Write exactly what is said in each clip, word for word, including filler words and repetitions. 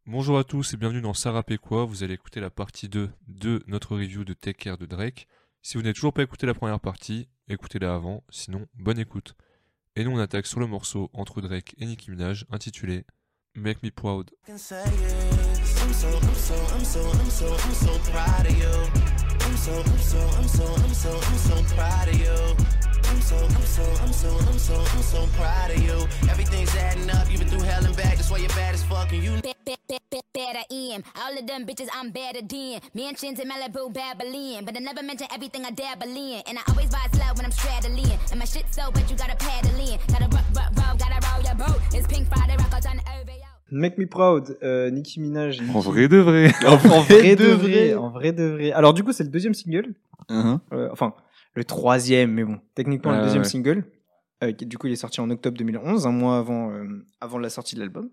Bonjour à tous et bienvenue dans Ça rappait quoi. Vous allez écouter la partie deux de notre review de Take Care de Drake. Si vous n'avez toujours pas écouté la première partie, écoutez-la avant, sinon bonne écoute. Et nous on attaque sur le morceau entre Drake et Nicki Minaj intitulé Make Me Proud. I'm so, I'm so, I'm so, I'm so, I'm so proud of you. I'm so, I'm so, I'm so, I'm so, I'm so proud of you. I'm so, I'm so, I'm so, I'm so, I'm so proud of you. Everything's adding up, you've been through hell and back, that's why you're bad as fuck and you Better in all of them bitches I'm better than mansions in Malibu, Babylon, but I never mention everything I dabble in, and I always vibe slow when I'm straddling, and my shit so wet you gotta paddle in, gotta rock, rock, roll, gotta roll your boat. It's Pink Friday, rock out on the O V O. Make Me Proud, euh, Nicki Minaj. Nicki... En vrai de vrai. en vrai de vrai. En vrai de vrai. Alors du coup c'est le deuxième single. Uh-huh. Euh, enfin le troisième, mais bon, techniquement Ah, le deuxième ouais. single. Euh, qui, du coup il est sorti en octobre deux mille onze, un mois avant euh, avant la sortie de l'album.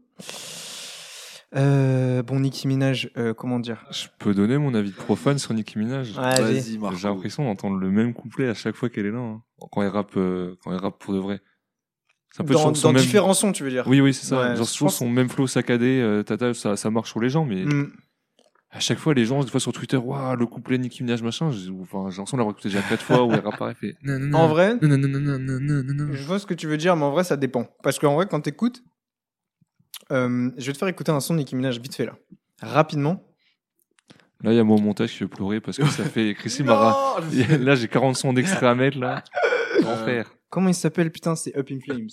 Euh, bon, Nicki Minaj, euh, comment dire? Je peux donner mon avis de profane sur Nicki Minaj. Vas-y. Vas-y, Marco. J'ai l'impression d'entendre le même couplet à chaque fois qu'elle est là. hein. Quand elle rappe, euh, quand elle rappe pour de vrai. C'est un peu Dans, son- son dans même- différents sons, tu veux dire? Oui, oui, c'est ça. Ouais, Genre, je toujours pense- son même flow saccadé, euh, tata, ça, ça marche sur les gens, mais Mm. à chaque fois, les gens, des fois sur Twitter, waouh, le couplet Nicki Minaj, machin, j'ai enfin, j'ai l'impression de l'avoir écouté déjà quatre fois où elle rappe pareil, fait. Non, non, non. En vrai, Non, non, non, non, non, non, non, non. je vois ce que tu veux dire, mais en vrai ça dépend. Parce qu'en vrai quand t'écoutes, euh, je vais te faire écouter un son de Nicki Minaj vite fait là. Rapidement. Là, il y a mon montage qui veut pleurer parce que ça fait Chrissy Mara. Là, j'ai quarante sons d'extraits à mettre, là. Enfer. Comment il s'appelle? Putain, c'est Up in Flames.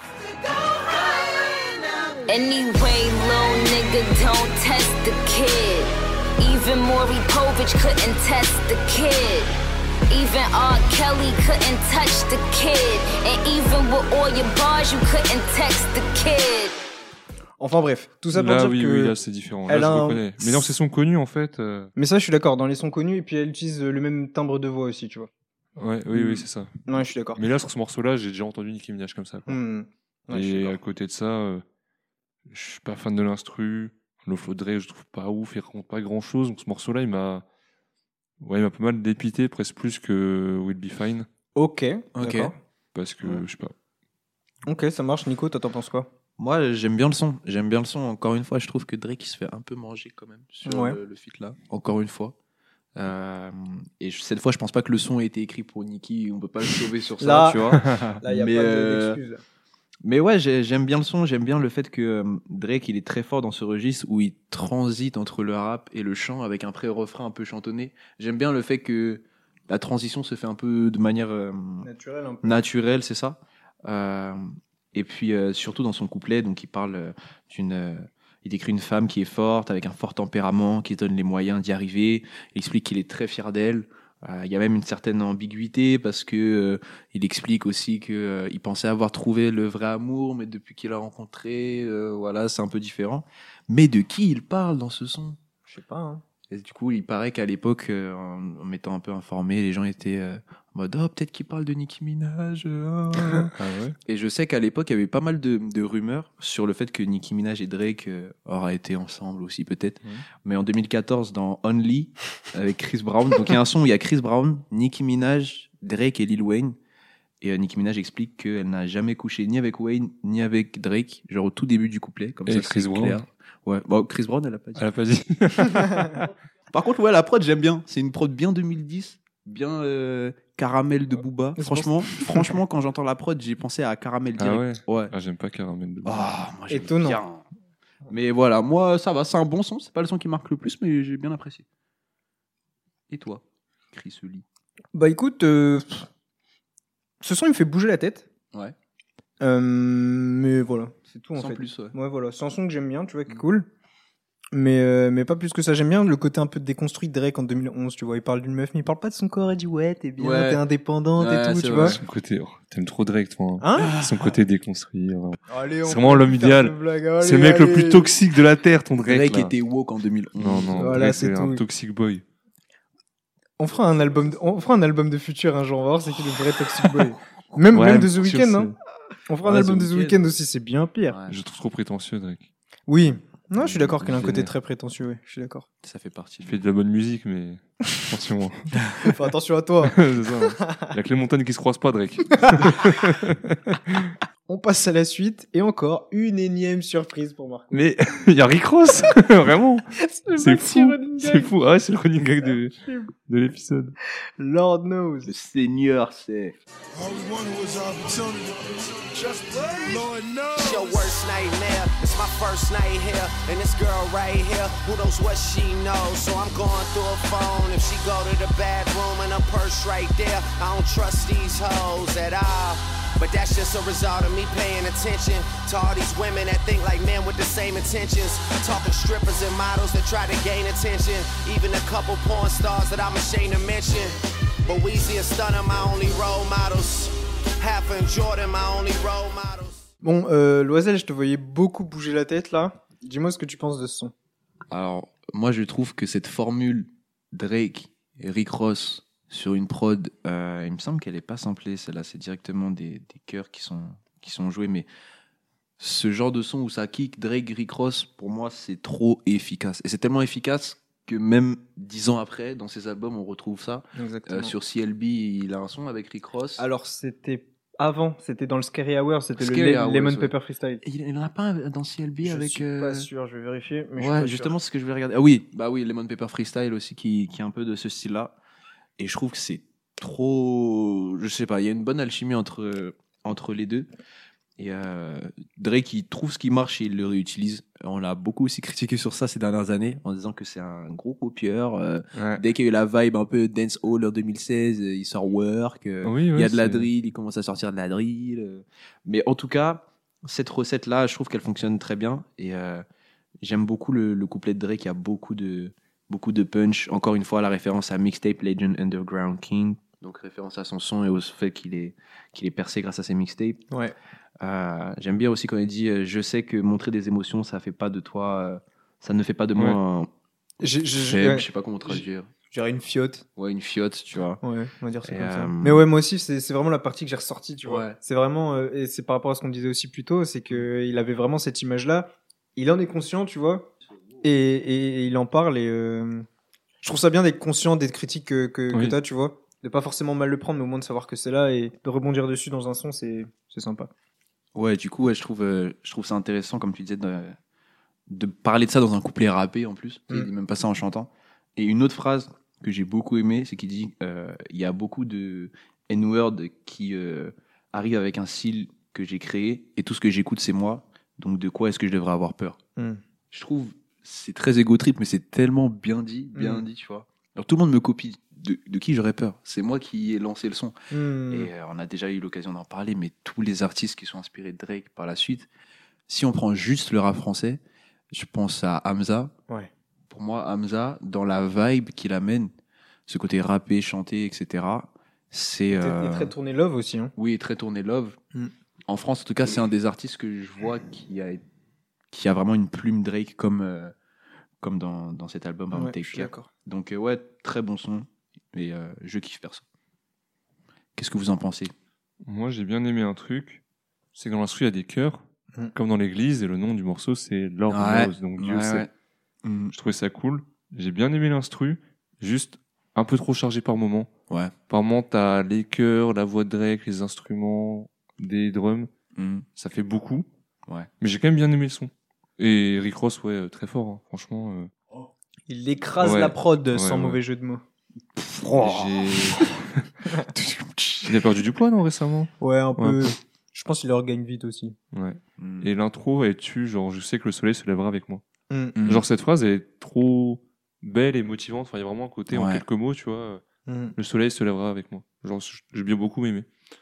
Anyway, little nigga, don't test the kid. Even Maury Povich couldn't test the kid. Even R. Kelly couldn't touch the kid. And even with all your bars, you couldn't text the kid. Enfin bref, tout ça pour Là, dire oui, que... oui, là, c'est différent. Là, elle je a un- reconnais. Mais dans ces sons connus, en fait. euh, Mais ça, je suis d'accord. Dans les sons connus, et puis elle utilise le même timbre de voix aussi, tu vois. Ouais, oui, oui, c'est ça. Ouais, je suis d'accord. Mais là, sur ce morceau-là, j'ai déjà entendu Nicki Minaj comme ça. quoi. Hmm. Ouais, je suis Et à d'accord. côté de ça, euh, je suis pas fan de l'instru. Le flow de Drake, je trouve pas ouf, il raconte pas grand chose. Donc ce morceau-là, il m'a. Ouais, il m'a pas mal dépité, presque plus que Will Be Fine. Ok, Ok. d'accord. Parce que, Ouais. je sais pas. Ok, ça marche. Nico, toi, t'en penses quoi? Moi, j'aime bien le son. J'aime bien le son. Encore une fois, je trouve que Drake il se fait un peu manger quand même sur Ouais. le, le feat là. Encore une fois. Euh, et je- cette fois, je pense pas que le son ait été écrit pour Nicki. On peut pas le sauver sur ça, Là- tu vois. Là, il y a Mais, pas de- euh, d'excuses. Mais ouais, j'ai- j'aime bien le son. J'aime bien le fait que euh, Drake il est très fort dans ce registre où il transite entre le rap et le chant avec un pré-refrain un peu chantonné. J'aime bien le fait que la transition se fait un peu de manière euh, Naturel, un peu. naturel, c'est ça. Euh, et puis euh, surtout dans son couplet, donc il parle euh, d'une, euh, il décrit une femme qui est forte, avec un fort tempérament, qui se donne les moyens d'y arriver. Il explique qu'il est très fier d'elle. Euh, il y a même une certaine ambiguïté parce que euh, il explique aussi que euh, il pensait avoir trouvé le vrai amour, mais depuis qu'il l'a rencontré, euh, voilà, c'est un peu différent. Mais de qui il parle dans ce son? Je sais pas, hein. Et du coup, il paraît qu'à l'époque, euh, en, en m'étant un peu informé, les gens étaient euh, en mode oh peut-être qu'il parle de Nicki Minaj. euh, ah. Ah ouais? Et je sais qu'à l'époque, il y avait pas mal de, de rumeurs sur le fait que Nicki Minaj et Drake euh, auraient été ensemble aussi peut-être. Mhm. Mais en deux mille quatorze, dans Only avec Chris Brown, donc il y a un son où il y a Chris Brown, Nicki Minaj, Drake et Lil Wayne. Et euh, Nicki Minaj explique qu'elle n'a jamais couché ni avec Wayne ni avec Drake, genre au tout début du couplet, comme Et ça Chris c'est Brown clair. Ouais, bon, Chris Brown, elle a pas dit. Elle a pas dit. Par contre, ouais, la prod, j'aime bien. C'est une prod bien deux mille dix, bien euh, caramel de Booba. C'est Franchement, franchement, quand j'entends la prod, j'ai pensé à caramel Ah direct. ouais. Ah, j'aime pas Caramel de Ah, moi, j'aime Étonnant. bien. Mais voilà, moi, ça va, c'est un bon son. C'est pas le son qui marque le plus, mais j'ai bien apprécié. Et toi, Chris Lee? Bah écoute, euh, ce son il me fait bouger la tête. Ouais. Euh, mais voilà, c'est tout en Sans fait. plus, ouais. Ouais, voilà, c'est un son que j'aime bien, tu vois, qui est Mm. cool. Mais, euh, mais pas plus que ça. J'aime bien le côté un peu déconstruit de Drake en deux mille onze, tu vois. Il parle d'une meuf, mais il parle pas de son corps. Il dit ouais, t'es bien, Ouais. t'es indépendante Ouais, et tout, c'est tu vrai. vois. Son côté. oh, T'aimes trop Drake, toi. hein. Hein Son côté déconstruit. vraiment. Allez, on C'est vraiment peut l'homme plus faire idéal. de blagues, allez, C'est le mec le allez. plus toxique de la Terre, ton Drake. Drake là. était woke en deux mille onze. Non, non, Voilà, Drake, c'est c'est un tout. toxic boy. On fera un album, de... on fera un album de futur un jour. On va voir c'est qui le vrai Toxic Boy. Même, Ouais, même de The sur Weeknd, ce- hein. On fera un Ouais, album The de The Weeknd. Weeknd aussi, c'est bien pire. Ouais, Je trouve trop prétentieux, Drake. Oui. Non, je suis d'accord qu'il a un Je côté vénère. très prétentieux, oui. Je suis d'accord. ça fait partie. Il fait de la bonne musique, mais attention. hein. Fais attention à toi. C'est ça. hein. Il y a que les montagnes qui se croisent pas, Drake. On passe à la suite et encore une énième surprise pour Marco. Mais il y a Rick Ross, vraiment. le C'est maxi fou. running C'est gag. fou. Ah ouais, c'est le running gag de, de l'épisode. Lord knows. Le Seigneur, c'est. All we wanted was opportunity. Just Lord knows. Your worst nightmare. It's my first night here, and this girl right here, who knows what she knows? So I'm going through her phone. If she go to the bathroom and her purse right there, I don't trust these hoes at all. But that's just a result of me paying attention to all these women that think like men with the same intentions. Talking strippers and models that try to gain attention. Even a couple porn stars that I'm ashamed to mention. But Weezy and Stunner, my only role models. Half and Jordan, my only role models. Bon, euh, Loisel, je te voyais beaucoup bouger la tête là. Dis-moi ce que tu penses de ce son. Alors, moi, je trouve que cette formule Drake et Rick Ross sur une prod, euh, il me semble qu'elle est pas samplée, celle-là, c'est directement des, des chœurs qui sont, qui sont joués, mais ce genre de son où ça kick, Drake, Rick Ross, pour moi, c'est trop efficace. Et c'est tellement efficace que même dix ans après, dans ses albums, on retrouve ça. Exactement. Euh, sur C L B, il a un son avec Rick Ross. Alors, c'était avant, c'était dans le Scary Hour, c'était Scary le Le- Hours, Lemon ouais. Pepper Freestyle. Et il n'y en a pas un dans C L B Je avec. suis euh, pas sûr, je vais vérifier. Mais je suis Ouais, pas justement, c'est ce que je vais regarder. Ah oui, bah oui, Lemon Pepper Freestyle aussi, qui, qui est un peu de ce style-là. Et je trouve que c'est trop. Je sais pas, il y a une bonne alchimie entre, entre les deux. Et euh, Drake, il trouve ce qui marche et il le réutilise. On l'a beaucoup aussi critiqué sur ça ces dernières années, en disant que c'est un gros copieur. Euh, Ouais. dès qu'il y a eu la vibe un peu dance hall en deux mille seize, euh, il sort Work. euh, Oui, il y ouais, a de la c'est- drill, il commence à sortir de la drill. euh. Mais en tout cas, cette recette-là, je trouve qu'elle fonctionne très bien. Et euh, j'aime beaucoup le, le couplet de Drake. Il y a beaucoup de, beaucoup de punch. Encore une fois, la référence à Mixtape Legend Underground King. Donc, référence à son son et au fait qu'il est, qu'il est percé grâce à ses mixtapes. Ouais. Euh, j'aime bien aussi quand il dit euh, je sais que montrer des émotions, ça fait pas de toi. euh, ça ne fait pas de moi Ouais. un J'ai, j'ai, faible. ouais, Je sais pas comment traduire. J'irais une fiotte. Ouais, une fiotte, tu vois. Ouais, on va dire ça Et comme ça. euh, Mais ouais, moi aussi, c'est, c'est vraiment la partie que j'ai ressortie, tu vois. Ouais. C'est vraiment, euh, et c'est par rapport à ce qu'on disait aussi plus tôt, c'est que il avait vraiment cette image-là. Il en est conscient, tu vois, et, et, et il en parle. Et euh, je trouve ça bien d'être conscient des critiques que, que, Oui. que t'as, tu vois, de pas forcément mal le prendre, mais au moins de savoir que c'est là et de rebondir dessus dans un son, c'est, c'est sympa. Ouais, du coup, ouais, je trouve, euh, je trouve ça intéressant, comme tu disais, de, de parler de ça dans un couplet rappé en plus. Mm. Il dit même pas ça en chantant. Et une autre phrase que j'ai beaucoup aimée, c'est qu'il dit euh, il y a beaucoup de N-word qui euh, arrivent avec un style que j'ai créé et tout ce que j'écoute, c'est moi. Donc, de quoi est-ce que je devrais avoir peur? Mm. Je trouve c'est très égo trip, mais c'est tellement bien dit, bien Mm. dit, tu vois. Alors, tout le monde me copie. De, de qui j'aurais peur? C'est moi qui ai lancé le son. Hmm. Et euh, on a déjà eu l'occasion d'en parler, mais tous les artistes qui sont inspirés de Drake par la suite, si on prend juste le rap français, je pense à Hamza. Ouais. Pour moi, Hamza, dans la vibe qu'il amène, ce côté rappé, chanté, et cetera, c'est... Il est euh, très tourné love aussi, hein. Oui, très tourné love. Mm. En France, en tout cas, c'est un des artistes que je vois qui a, qui a vraiment une plume Drake comme, euh, comme dans, dans cet album, par Ouais, exemple, je Take suis Care. d'accord. Donc, euh, ouais, très bon son. Et euh, je kiffe perso. Qu'est-ce que vous en pensez? Moi, j'ai bien aimé un truc. C'est que dans l'instru, il y a des chœurs, Mm. comme dans l'église, et le nom du morceau, c'est Lord Ouais. Knows, donc Dieu Ouais, sait. ouais. Mm. Je trouvais ça cool. J'ai bien aimé l'instru, juste un peu trop chargé par moment. Ouais. Par moment, t'as les chœurs, la voix de Drake, les instruments, des drums. Mm. Ça fait beaucoup. Ouais. Mais j'ai quand même bien aimé le son. Et Rick Ross, ouais, euh, très fort, hein. Franchement. euh, Il écrase Ouais. la prod, Ouais, sans ouais. mauvais jeu de mots. J'ai... Il a perdu du poids, non, récemment? Ouais, un peu. Ouais. Je pense qu'il leur gagne vite aussi. Ouais. Mm. Et l'intro, elle tue, genre, je sais que le soleil se lèvera avec moi. Mm. Mm. Genre, cette phrase, elle est trop belle et motivante. Enfin, il y a vraiment un côté, en Ouais. quelques mots, tu vois. Mm. Le soleil se lèvera avec moi. Genre, j'ai bien beaucoup aimé.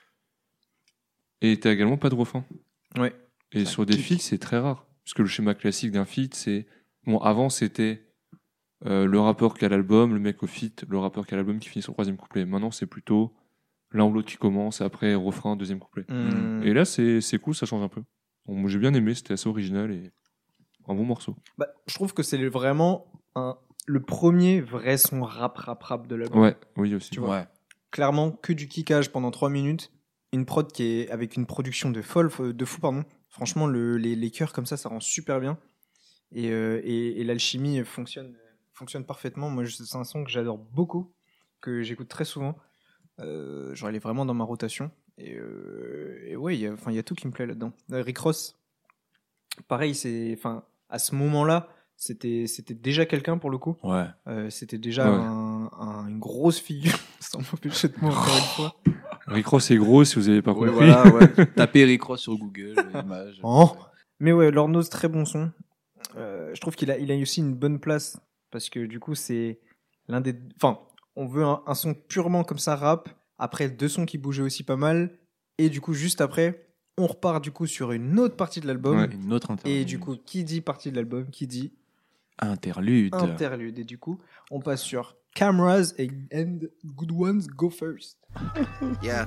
Et t'as également pas de refrain. Ouais. Et Ça sur des kick. feats, c'est très rare. Parce que le schéma classique d'un feat, c'est... Bon, avant, c'était euh, le rappeur qui a l'album, le mec au feat, le rappeur qui a l'album qui finit son troisième couplet. Maintenant, c'est plutôt l'un ou l'autre qui commence, et après, refrain, deuxième couplet. Mm. Et là, c'est c'est cool, ça change un peu. Bon, moi, j'ai bien aimé, c'était assez original et un bon morceau. Bah, je trouve que c'est le- vraiment un, le premier vrai son rap rap rap de l'album. Ouais, oui aussi. Tu vois. Ouais. Clairement, que du kickage pendant trois minutes. Une prod qui est avec une production de folle, de fou, pardon. Franchement, le, les, les chœurs comme ça, ça rend super bien. Et, euh, et, et l'alchimie fonctionne, fonctionne parfaitement. Moi, je- c'est un son que j'adore beaucoup, que j'écoute très souvent. Euh, genre, il est vraiment dans ma rotation. Et, euh, et ouais, il y a, enfin, il y a tout qui me plaît là-dedans. Euh, Rick Ross, pareil, c'est, enfin, à ce moment-là, c'était, c'était déjà quelqu'un pour le coup. Ouais. Euh, c'était déjà Ouais. un, un- une grosse figure, sans mauvais jeu de mots encore une fois. Rick Ross est gros si vous avez pas Ouais, compris. voilà, ouais. Tapez Rick Ross sur Google, euh, image. Oh. Mais ouais, Lord Knows, très bon son. Euh, je trouve qu'il a, il a aussi une bonne place parce que du coup, c'est l'un des. Enfin, on veut un, un son purement comme ça rap. Après, deux sons qui bougeaient aussi pas mal. Et du coup, juste après, on repart du coup sur une autre partie de l'album. Ouais. Une autre interlude. Et du coup, qui dit partie de l'album, qui dit Interlude. interlude. Et du coup, on passe sur Cameras et and Good Ones Go First. Yeah.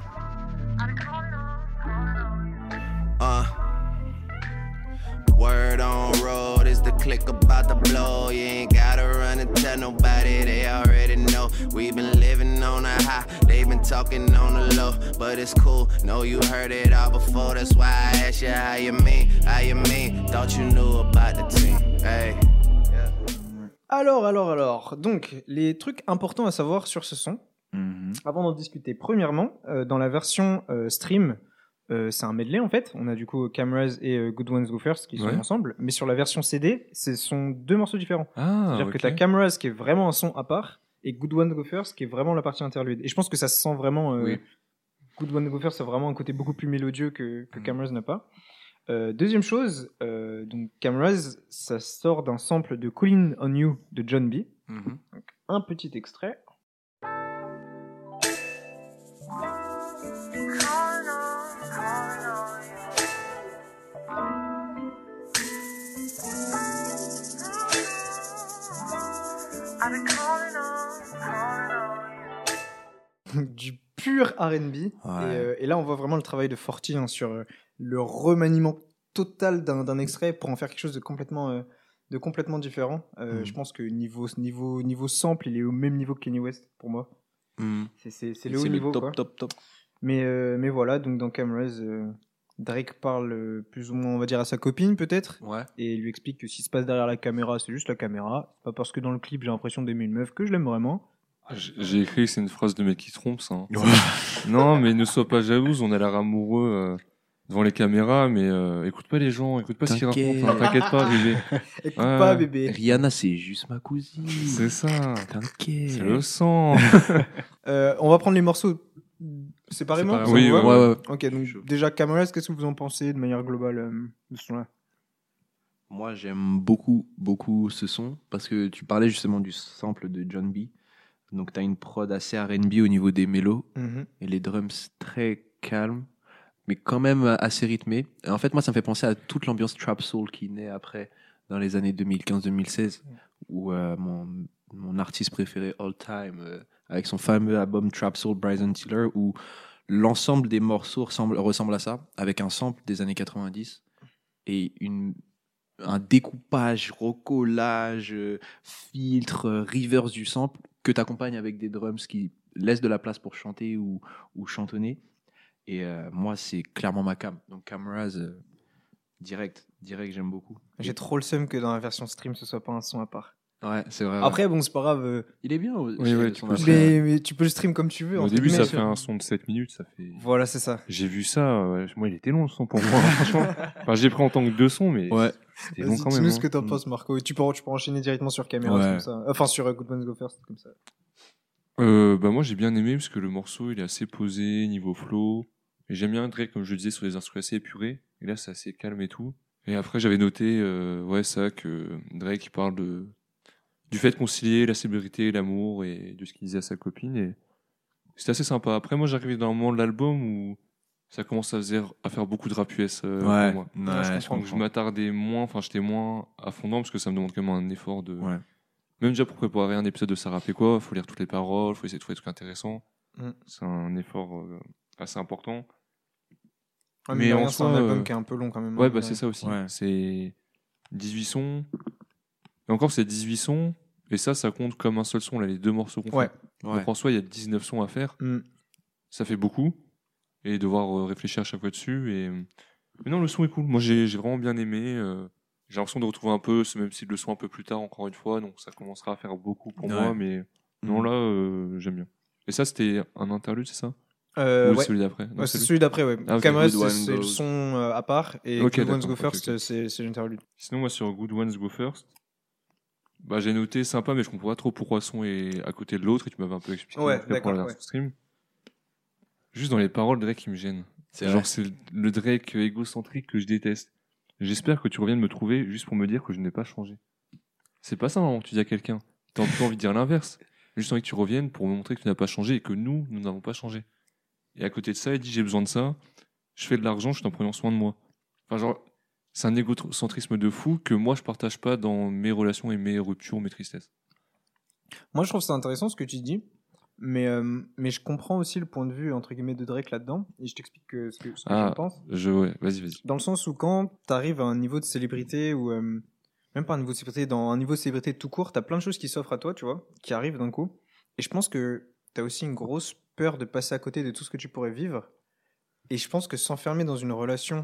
Uh. Word on road is the click about to blow. You ain't gotta run and tell nobody, they already know. We've been living on a high, they've been talking on the low. But it's cool, know you heard it all before. That's why I asked you how you mean, how you mean. Thought you knew about the team, hey. Alors, alors, alors. Donc, les trucs importants à savoir sur ce son, Mhm. avant d'en discuter. Premièrement, euh, dans la version euh, stream, euh, c'est un medley en fait. On a du coup Cameras et euh, Good Ones Go First qui sont Ouais. ensemble. Mais sur la version C D, ce sont deux morceaux différents. Ah, C'est-à-dire ok. que tu as Cameras qui est vraiment un son à part et Good Ones Go First qui est vraiment la partie interlude. Et je pense que ça se sent vraiment. Euh, Oui. Good Ones Go First a vraiment un côté beaucoup plus mélodieux que, que Mm. Cameras n'a pas. Euh, deuxième chose, euh, donc Cameras, ça sort d'un sample de Callin' on You de John B. Mhm. Un petit extrait. Du pur R and B. Et, euh, et là, on voit vraiment le travail de Forty hein, sur euh, le remaniement total d'un d'un extrait pour en faire quelque chose de complètement, euh, de complètement différent. Euh, Mhm. Je pense que niveau, niveau, niveau sample, il est au même niveau que Kanye West pour moi. Mhm. C'est c'est- c'est le haut niveau. top, quoi. top, top. Mais, euh, mais voilà, donc dans Cameras, euh, Drake parle euh, plus ou moins, on va dire, à sa copine peut-être. Ouais. Et il lui explique que ce qui se passe derrière la caméra, c'est juste la caméra. C'est pas parce que dans le clip, j'ai l'impression d'aimer une meuf que je l'aime vraiment. J- J'ai écrit que c'est une phrase de mec qui trompe, ça. hein. Non, mais ne sois pas jalouse, on a l'air amoureux euh, devant les caméras, mais euh, écoute pas les gens, écoute pas ce qu'ils T'inquiète. racontent. Enfin, T'inquiète pas, bébé. Écoute Ouais. pas, bébé. Rihanna, c'est juste ma cousine. C'est ça. T'inquiète. C'est le sang. Euh, on va prendre les morceaux séparément. Séparément. ça Oui, vous ouais, va ouais, ouais. Ok, donc déjà Cameras, qu'est-ce que vous en pensez de manière globale euh, de ce son-là? Moi, j'aime beaucoup, beaucoup ce son parce que tu parlais justement du sample de John B. Donc, tu as une prod assez R and B au niveau des mélos Mhm. et les drums très calmes, mais quand même assez rythmés. Et en fait, moi, ça me fait penser à toute l'ambiance trap soul qui naît après dans les années deux mille quinze deux mille seize, où euh, mon, mon artiste préféré all time, euh, avec son fameux album Trap Soul, Bryson Tiller, où l'ensemble des morceaux ressemble, ressemble à ça, avec un sample des années quatre-vingt-dix et une, un découpage, recollage, euh, filtre, euh, reverse du sample que tu accompagnes avec des drums qui laissent de la place pour chanter ou, ou chantonner. Et euh, moi, c'est clairement ma cam. Donc, Cameras, euh, direct, direct, j'aime beaucoup. J'ai trop le seum que dans la version stream, ce soit pas un son à part. Ouais, c'est vrai. Après, bon, c'est pas grave. euh, il est bien. Oui, ouais, tu peux le mais, mais tu peux le stream comme tu veux. Au entre début, ça guillemets. fait un son de sept minutes, ça fait. Voilà, c'est ça. J'ai vu ça, euh, moi il était long le son pour moi, franchement. Enfin, j'ai pris en tant que deux sons, mais Ouais. c'était long Vas-y, quand même. dis-nous hein. ce que t'en penses, Marco. Tu peux, tu peux enchaîner directement sur Cameras Ouais. comme ça. Enfin, sur euh, Good Ones Go First, comme ça. Euh, bah moi j'ai bien aimé parce que le morceau il est assez posé niveau flow et j'aime bien Drake comme je le disais sur les instruments assez épurés et là c'est assez calme et tout et après j'avais noté euh, ouais ça que Drake il parle de du fait de concilier la célébrité l'amour et de ce qu'il disait à sa copine et c'était assez sympa. Après moi j'arrivais dans un moment de l'album où ça commence à faire, à faire beaucoup de rap U S euh, Ouais, pour moi ouais, je je comprends. donc je comprends. m'attardais moins enfin j'étais moins à fond dedans parce que ça me demande quand même un effort de Ouais. même déjà pour préparer un épisode de Ça rappelait quoi, faut lire toutes les paroles, faut essayer de trouver des trucs intéressants. Mm. C'est un effort euh, assez important. Ouais, Mais mais en rien, c'est soi, un album euh, qui est un peu long quand même. Ouais, hein, bah ouais. c'est ça aussi. Ouais. C'est dix-huit sons. Et encore, c'est dix-huit sons. Et ça, ça compte comme un seul son, là, les deux morceaux qu'on Ouais. fait. Ouais. Donc en soi, il y a dix-neuf sons à faire. Mm. Ça fait beaucoup. Et devoir euh, réfléchir à chaque fois dessus. Et... Mais non, le son est cool. Moi, j'ai j'ai vraiment bien aimé. euh, J'ai l'impression de retrouver un peu ce même style de son un peu plus tard, encore une fois. Donc ça commencera à faire beaucoup pour Ouais. moi. Mais non, Mm. là, euh, j'aime bien. Et ça, c'était un interlude, c'est ça? Euh, Ou ouais. celui d'après Non, Ouais, c'est lui. celui d'après, ouais. Ah, ok. Cameras, Good One c'est c'est le Goes. son euh, à part, et Ok, Good Ones d'accord, Go ok, First, ok. c'est c'est l'interlude. Sinon, moi, sur Good Ones Go First, bah, j'ai noté sympa, mais je comprends pas trop pourquoi son est à côté de l'autre, et tu m'avais un peu expliqué Ouais, en tout cas, pour d'accord, la version stream. Juste dans les paroles, Drake, il me gêne. C'est Genre, vrai. c'est le Drake égocentrique que je déteste. J'espère que tu reviennes me trouver juste pour me dire que je n'ai pas changé. C'est pas ça, normalement, que tu dis à quelqu'un. T'as un peu envie de dire l'inverse. J'ai juste envie que tu reviennes pour me montrer que tu n'as pas changé et que nous, nous n'avons pas changé. Et à côté de ça, il dit j'ai besoin de ça, je fais de l'argent, je suis en prenant soin de moi. Enfin, genre, c'est un égocentrisme de fou que moi, je partage pas dans mes relations et mes ruptures, mes tristesses. Moi, je trouve ça intéressant ce que tu dis, mais, euh, mais je comprends aussi le point de vue, entre guillemets, de Drake là-dedans, et je t'explique que- ce que, ce que Ah. j'en pense. Je, ouais, vas-y, vas-y. Dans le sens où quand tu arrives à un niveau de célébrité, ou euh, même pas un niveau de célébrité, dans un niveau de célébrité tout court, tu as plein de choses qui s'offrent à toi, tu vois, qui arrivent d'un coup. Et je pense que tu as aussi une grosse peur de passer à côté de tout ce que tu pourrais vivre. Et je pense que s'enfermer dans une relation,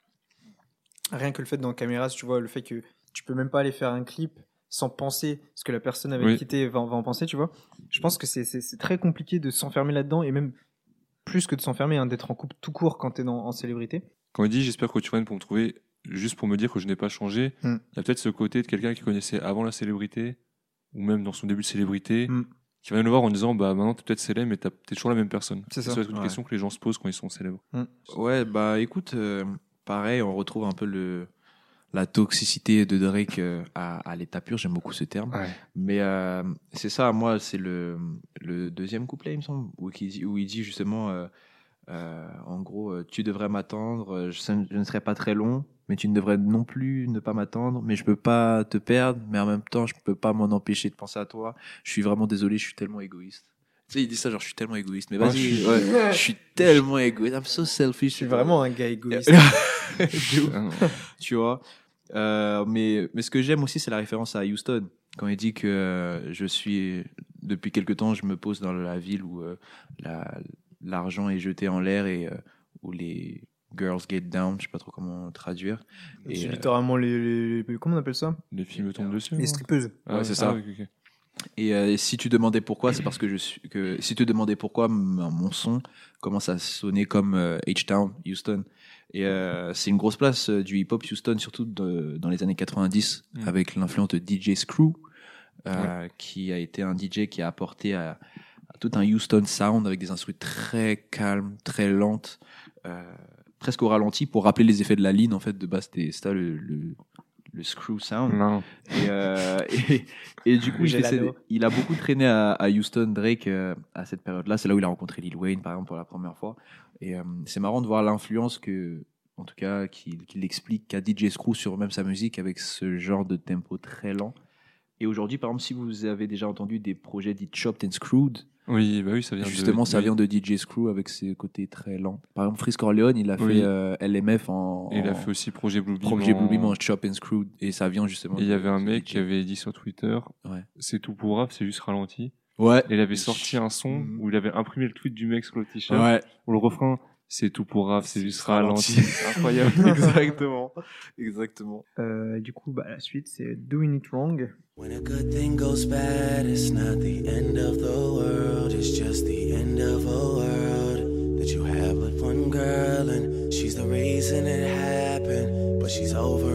rien que le fait dans Caméras, tu vois, le fait que tu peux même pas aller faire un clip sans penser ce que la personne avec Oui. qui t'es va, va en penser, tu vois. Je pense que c'est- c'est c'est très compliqué de s'enfermer là-dedans, et même plus que de s'enfermer, hein, d'être en couple tout court quand t'es dans- en célébrité. Quand il dit j'espère que tu reviennes pour me trouver juste pour me dire que je n'ai pas changé, il Mm. y a peut-être ce côté de quelqu'un qui connaissait avant la célébrité, ou même dans son début de célébrité, Mm. qui va venir le voir en disant bah maintenant t'es peut-être célèbre, mais t'as- t'es toujours la même personne. C'est ça. C'est une Ouais. question que les gens se posent quand ils sont célèbres. Ouais, bah écoute, euh, pareil, on retrouve un peu le, la toxicité de Drake euh, à, à l'état pur, j'aime beaucoup ce terme. Ouais. Mais euh, c'est ça, moi, c'est le, le deuxième couplet, il me semble, où, il dit, où il dit justement, euh, euh, en gros, euh, tu devrais m'attendre, euh, je, je ne serai pas très long, mais tu ne devrais non plus ne pas m'attendre, mais je peux pas te perdre, mais en même temps, je peux pas m'en empêcher de penser à toi. Je suis vraiment désolé, je suis tellement égoïste. Tu sais, il dit ça, genre, je suis tellement égoïste, mais Ouais, vas-y, je suis- ouais, je suis tellement égoïste, I'm so selfish. Je suis vraiment un gars égoïste. De ouf. Ah non. Tu vois. Euh, mais, mais ce que j'aime aussi, c'est la référence à Houston. Quand il dit que euh, je suis, depuis quelque temps, je me pose dans la ville où euh, la- l'argent est jeté en l'air et euh, où les girls get down, je sais pas trop comment traduire. Et, C'est euh, littéralement les, les- les- Comment on appelle ça? Les filles me tombent dessus. Les hein. strippeuses. Ah Ouais, c'est ça. Ah, ok, ok. Et euh, si tu demandais pourquoi, c'est parce que je suis que si tu demandais pourquoi m- mon son commence à sonner comme euh, H-Town, Houston. Et euh, c'est une grosse place euh, du hip-hop Houston, surtout de- dans les années quatre-vingt-dix, Mm. avec l'influence de D J Screw, euh, qui a été un D J qui a apporté à, à tout un Houston sound avec des instruments très calmes, très lentes, euh, presque au ralenti pour rappeler les effets de la ligne. En fait, de base, c'était c'était ça le, le, le Screw sound. Non. Et, euh, et, et du coup, il, J'ai fait l'anneau. ses- il a beaucoup traîné à, à Houston, Drake, euh, à cette période-là. C'est là où il a rencontré Lil Wayne, par exemple, pour la première fois. Et euh, c'est marrant de voir l'influence que, en tout cas, qu'il qu'il explique qu'a D J Screw sur même sa musique avec ce genre de tempo très lent. Et aujourd'hui, par exemple, si vous avez déjà entendu des projets dits Chopped and Screwed, Oui, bah oui, ça vient justement, de. ça oui. vient de D J Screw avec ses côtés très lents. Par exemple, Frisk Orleans, il a Oui. fait euh, L M F en, Et il a en fait aussi Projet Bluebeam. Projet en- Bluebeam en Chopped and Screwed. Et ça vient justement. Et il y de- avait un de mec D J. qui avait dit sur Twitter Ouais. c'est tout pour rap, c'est juste ralenti. Ouais. Et il avait sorti un son Mhm. où il avait imprimé le tweet du mec sur le t-shirt. Ouais. Où le refrain c'est tout pour rap, c'est C'est juste ralenti. ralenti. Incroyable. Exactement. Exactement. Euh, du coup, bah, la suite, c'est Doing It Wrong. When a good thing goes bad, it's not the end of the world, it's just the end of a world that you have with one girl, and she's the reason it happened, but she's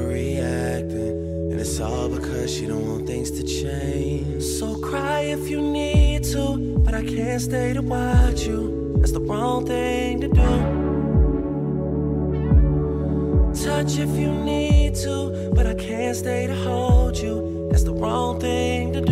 overreacting, and it's all because she don't want things to change. So cry if you need to, but I can't stay to watch you, that's the wrong thing to do. Touch if you need to, but I can't stay to hold you, that's the wrong thing to do.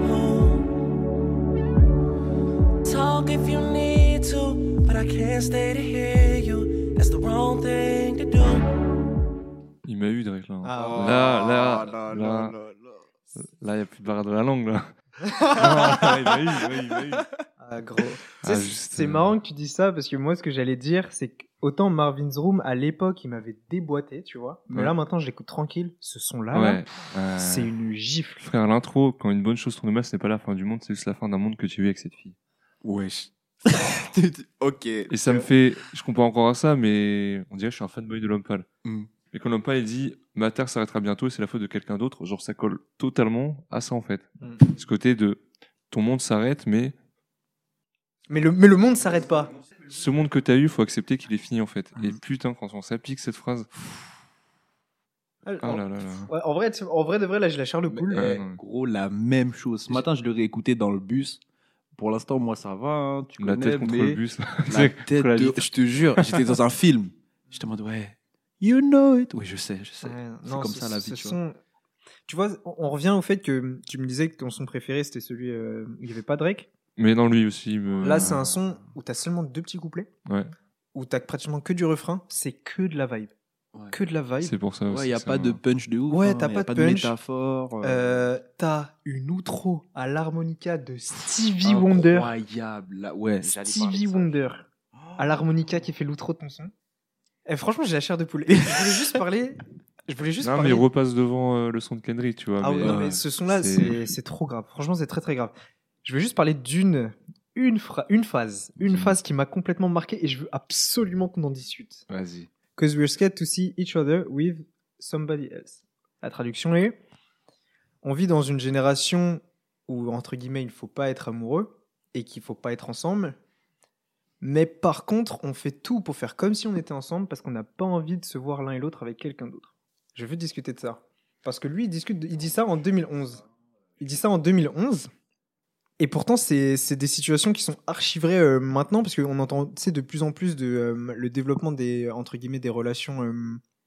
Talk if you need to, but I can't stay to hear you, that's the wrong thing to do. Il m'a eu Drake là. Ah, là, là, Oh là, là, là, là, il n'y a plus de barre de la langue là. Non, il m'a eu, oui, il m'a eu. Ah, gros. Ah, Tu sais, juste, c'est euh, marrant que tu dis ça, parce que moi, ce que j'allais dire, c'est qu'autant Marvin's Room, à l'époque, il m'avait déboîté, tu vois. Mais Ouais. là, maintenant, je l'écoute tranquille. Ce son-là, là, Ouais. euh, c'est une gifle. Frère, l'intro, quand une bonne chose tourne mal, ce n'est pas la fin du monde, c'est juste la fin d'un monde que tu vis avec cette fille. Wesh. Ok. Et ça me fait. Je comprends encore à ça, mais on dirait que je suis un fanboy de l'homme pâle. Mm. Et quand l'homme pâle il dit ma terre s'arrêtera bientôt et c'est la faute de quelqu'un d'autre, genre ça colle totalement à ça en fait. Mm. Ce côté de ton monde s'arrête, mais Mais le, mais le monde s'arrête pas. Ce monde que t'as eu, faut accepter qu'il est fini en fait. Et Mhm. putain, quand on s'applique cette phrase. Ah, Oh en, là là là. ouais, en vrai, tu- en vrai de vrai, là, j'ai la chair de poule. Mais, Ouais, eh, non. gros, la même chose. Ce matin, je l'aurais écouté dans le bus. Pour l'instant, moi, ça va. Hein, tu La connais, tête contre mais le bus. la tête la de... vitre. Je te jure, j'étais dans un film. J'étais en mode, ouais, you know it. Oui, je sais, je sais. Ouais, C'est non, comme ce- ça la ce vie, tu vois. son- Tu vois, on on revient au fait que tu me disais que ton son préféré c'était celui euh, où il n'y avait pas Drake. Mais non, lui aussi. il Me... Là, c'est un son où t'as seulement deux petits couplets, Ouais, où t'as pratiquement que du refrain, c'est que de la vibe. Ouais. Que de la vibe. c'est pour ça aussi. Ouais, il n'y a que pas ça de m'a- punch de ouf. Ouais, hein, t'as y a pas de pas de punch. métaphore. euh, Euh, t'as une outro à l'harmonica de Stevie Wonder. Incroyable. Là, ouais, j'allais parler Stevie de ça. Wonder à l'harmonica qui fait l'outro de ton son. Et franchement, j'ai la chair de poulet. Et je voulais juste parler. Je voulais juste Non, parler. mais il repasse devant euh, le son de Kendrick, tu vois. Ah mais, ouais, non, euh, mais ce son-là, c'est- c'est c'est trop grave. Franchement, c'est très très grave. Je veux juste parler d'une une, phra- une phase, une Mhm. phase qui m'a complètement marqué et je veux absolument qu'on en discute. Vas-y. Cause we're scared to see each other with somebody else. La traduction est on vit dans une génération où entre guillemets il faut pas être amoureux et qu'il faut pas être ensemble. Mais par contre, on fait tout pour faire comme si on était ensemble parce qu'on n'a pas envie de se voir l'un et l'autre avec quelqu'un d'autre. Je veux discuter de ça. Parce que lui, il, discute de- il dit ça en deux mille onze. Il dit ça en deux mille onze. Et pourtant, c'est c'est des situations qui sont archivrées euh, maintenant, parce qu'on entend tu sais, de plus en plus de, euh, le développement des, entre guillemets, des relations euh,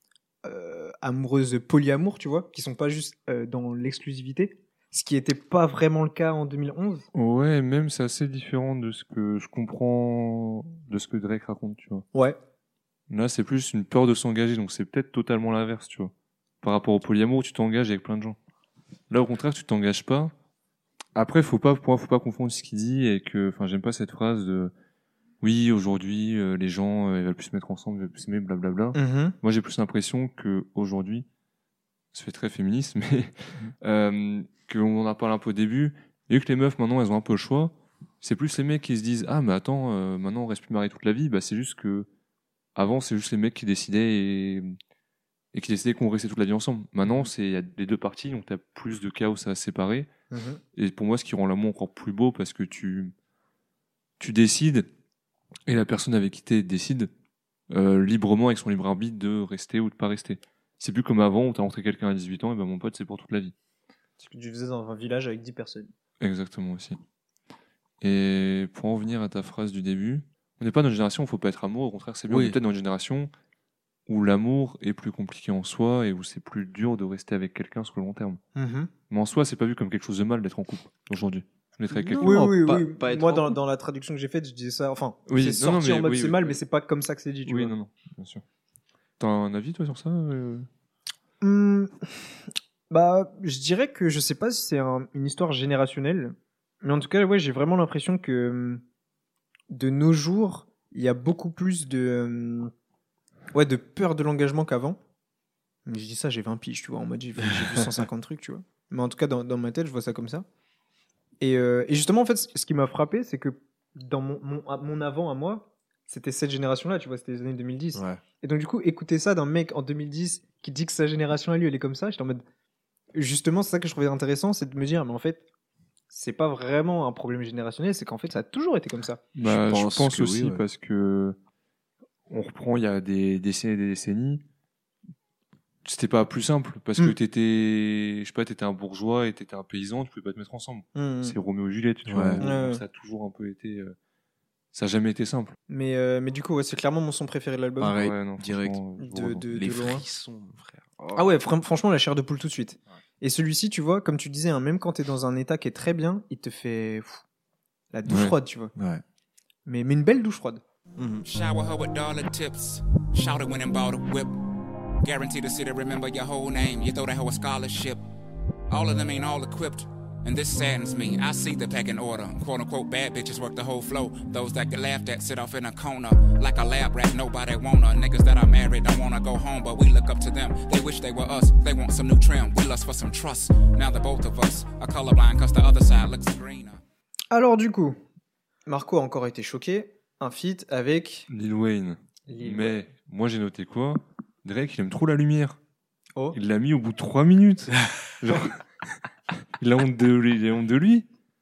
euh, amoureuses polyamour, tu vois, qui sont pas juste euh, dans l'exclusivité. Ce qui n'était pas vraiment le cas en deux mille onze. Ouais, même c'est assez différent de ce que je comprends de ce que Drake raconte, tu vois. Ouais. Là, c'est plus une peur de s'engager, donc c'est peut-être totalement l'inverse, tu vois. Par rapport au polyamour, tu t'engages avec plein de gens. Là, au contraire, tu t'engages pas. Après, faut pas, pour moi, faut pas confondre ce qu'il dit et que, enfin, j'aime pas cette phrase de, oui, aujourd'hui, euh, les gens, euh, ils veulent plus se mettre ensemble, ils veulent plus s'aimer, blablabla. Mhm. Moi, j'ai plus l'impression que aujourd'hui, ça fait très féministe, mais euh, qu'on en parle un peu au début, et vu que les meufs maintenant elles ont un peu le choix, c'est plus les mecs qui se disent ah mais attends, euh, maintenant on reste plus mariés toute la vie, bah c'est juste que avant c'est juste les mecs qui décidaient et, et qui décidaient qu'on restait toute la vie ensemble. Maintenant c'est il y a les deux parties, donc t'as plus de chaos à séparer, Mhm. et pour moi ce qui rend l'amour encore plus beau parce que tu tu décides et la personne avec qui t'es décide euh, librement avec son libre arbitre de rester ou de pas rester. C'est plus comme avant où t'as rencontré quelqu'un à dix-huit ans et ben mon pote c'est pour toute la vie. Ce que tu faisais dans un village avec dix personnes. Exactement aussi. Et pour en venir à ta phrase du début, on n'est pas dans une génération où il faut pas être amoureux, au contraire c'est bien, Oui. on est peut-être dans une génération où l'amour est plus compliqué en soi et où c'est plus dur de rester avec quelqu'un sur le long terme. Mhm. Mais en soi, c'est pas vu comme quelque chose de mal d'être en couple aujourd'hui. D'être avec quelqu'un. Oui, Non, oui, pas- oui. pas être Moi, en dans, couple. dans la traduction que j'ai faite, je disais ça. Enfin, Oui, c'est non, non, sorti mais en mode oui, c'est oui, mal, oui. mais c'est pas comme ça que c'est dit. Tu Oui, vois. non, non, bien sûr. T'as un avis toi sur ça euh Hmm, bah, je dirais que je sais pas si c'est un- une histoire générationnelle, mais en tout cas, ouais, j'ai vraiment l'impression que hum, de nos jours, il y a beaucoup plus de, hum, ouais, de peur de l'engagement qu'avant. Mais je dis ça, j'ai vingt piges, tu vois, en mode j'ai vu, j'ai vu cent cinquante trucs, tu vois. Mais en tout cas, dans, dans ma tête, je vois ça comme ça. Et, euh, et justement, en fait, ce qui m'a frappé, c'est que dans mon, mon, à- mon avant à moi, c'était cette génération-là, tu vois, c'était les années deux mille dix. Ouais. Et donc, du coup, écouter ça d'un mec en deux mille dix qui dit que sa génération à lui, elle est comme ça, j'étais en mode. Justement, c'est ça que je trouvais intéressant, c'est de me dire, mais en fait, c'est pas vraiment un problème générationnel, c'est qu'en fait, ça a toujours été comme ça. Bah, Je je pense pense, que aussi oui, ouais. parce que on reprend il y a des décennies et des décennies. C'était pas plus simple parce que Mm. t'étais, je sais pas, t'étais un bourgeois et t'étais un paysan, tu pouvais pas te mettre ensemble. C'est Roméo et Juliette, tu vois. Ouais. Donc, Ouais, ouais. Ça a toujours un peu été, euh, ça a jamais été simple. Mais, euh, mais du coup, ouais, c'est clairement mon son préféré de l'album. Pareil, Ouais, non, direct. franchement, je vous De- rejoins. de- Les loin. frissons, mon frère. Oh. Ah ouais, fr- franchement, la chair de poule tout de suite. Et celui-ci, tu vois, comme tu disais, hein, même quand t'es dans un état qui est très bien, il te fait pff, la douche Ouais. froide, tu vois. Ouais. Mais, mais une belle douche froide. Mhm. Shower her with dollar tips. Shout it when and bought a whip. Guaranteed the city remember your whole name. You throw that hoe a scholarship. All of them ain't all equipped. And this saddens me. I see the pecking order. Quote unquote bad bitches work the whole flow. Those that get laughed at sit off in a corner. Like a lab rat, nobody wanna. Niggas that are married don't wanna go home, but we look up to them. They wish they were us. They want some new trim. We lust for some trust. Now the both of us are colorblind cause the other side looks greener. Alors, du coup, Marco a encore été choqué. Un feat avec Lil Wayne. Lil Mais moi j'ai noté quoi? Drake, il aime trop la lumière. Oh. Il l'a mis au bout de trois minutes. Genre, il a honte de lui. Il a honte de lui.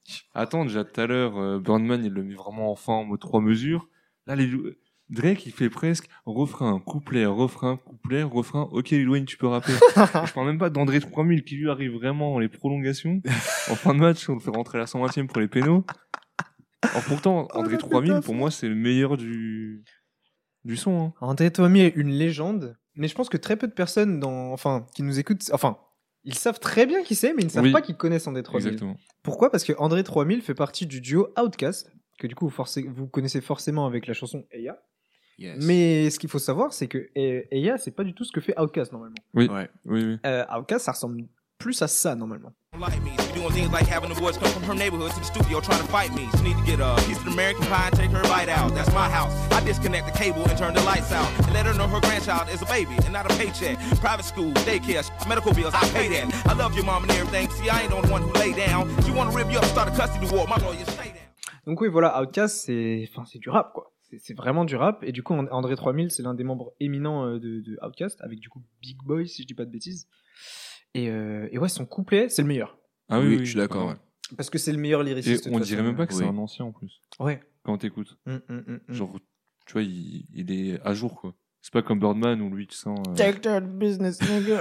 Attends, déjà tout à l'heure, euh, Birdman, il le met vraiment enfin en mode trois mesures. Là, les... Drake, il fait presque refrain, couplet, refrain, couplet, refrain. Ok, Lil Wayne, tu peux rapper. Je parle même pas d'André trois mille qui lui arrive vraiment en les prolongations. En fin de match, on le fait rentrer à la cent vingtième pour les pénaux. Alors pourtant, André la trois mille, pétasse. pour moi, c'est le meilleur du, du son. Hein. André trois mille est une légende, mais je pense que très peu de personnes dans... enfin, qui nous écoutent, enfin, ils savent très bien qui c'est, mais ils ne savent Oui. pas qu'ils connaissent André trois mille. Exactement. Pourquoi ? Parce que André trois mille fait partie du duo Outkast, que du coup vous, forcez- vous connaissez forcément avec la chanson Eya. Yes. Mais ce qu'il faut savoir, c'est que E- Eya, c'est pas du tout ce que fait Outkast normalement. Oui, Ouais. oui, oui. Euh, Outkast, ça ressemble plus à ça normalement. Like me, she doing things like having the boys come from her neighborhood to the studio trying to fight me. She need to get a piece of the American pie and take her bite out. That's my house. I disconnect the cable and turn the lights out and let her know her grandchild is a baby and not a paycheck. Private school, daycare, medical bills, I pay that. I love your mom and everything. See, I ain't the one who lay down. She wanna rip you up, start a custody war. My lawyer stay down. Donc oui, voilà, Outkast, c'est, enfin, c'est du rap quoi. C'est, c'est vraiment du rap. Et du coup, And- André trois mille, c'est l'un des membres éminents euh, de, de Outkast, avec du coup Big Boy, si je dis pas de bêtises. Et, euh, et ouais, son couplet, c'est le meilleur. Ah oui, Oui, oui, je suis d'accord, ouais. Parce que c'est le meilleur Et lyriciste. de on toute dirait façon. même pas que c'est Oui. un ancien en plus, Ouais. quand t'écoutes. Mm, mm, mm, mm. Genre, tu vois, il, il est à jour, quoi. C'est pas comme Birdman où lui, tu sens... euh, Take that business, nigga.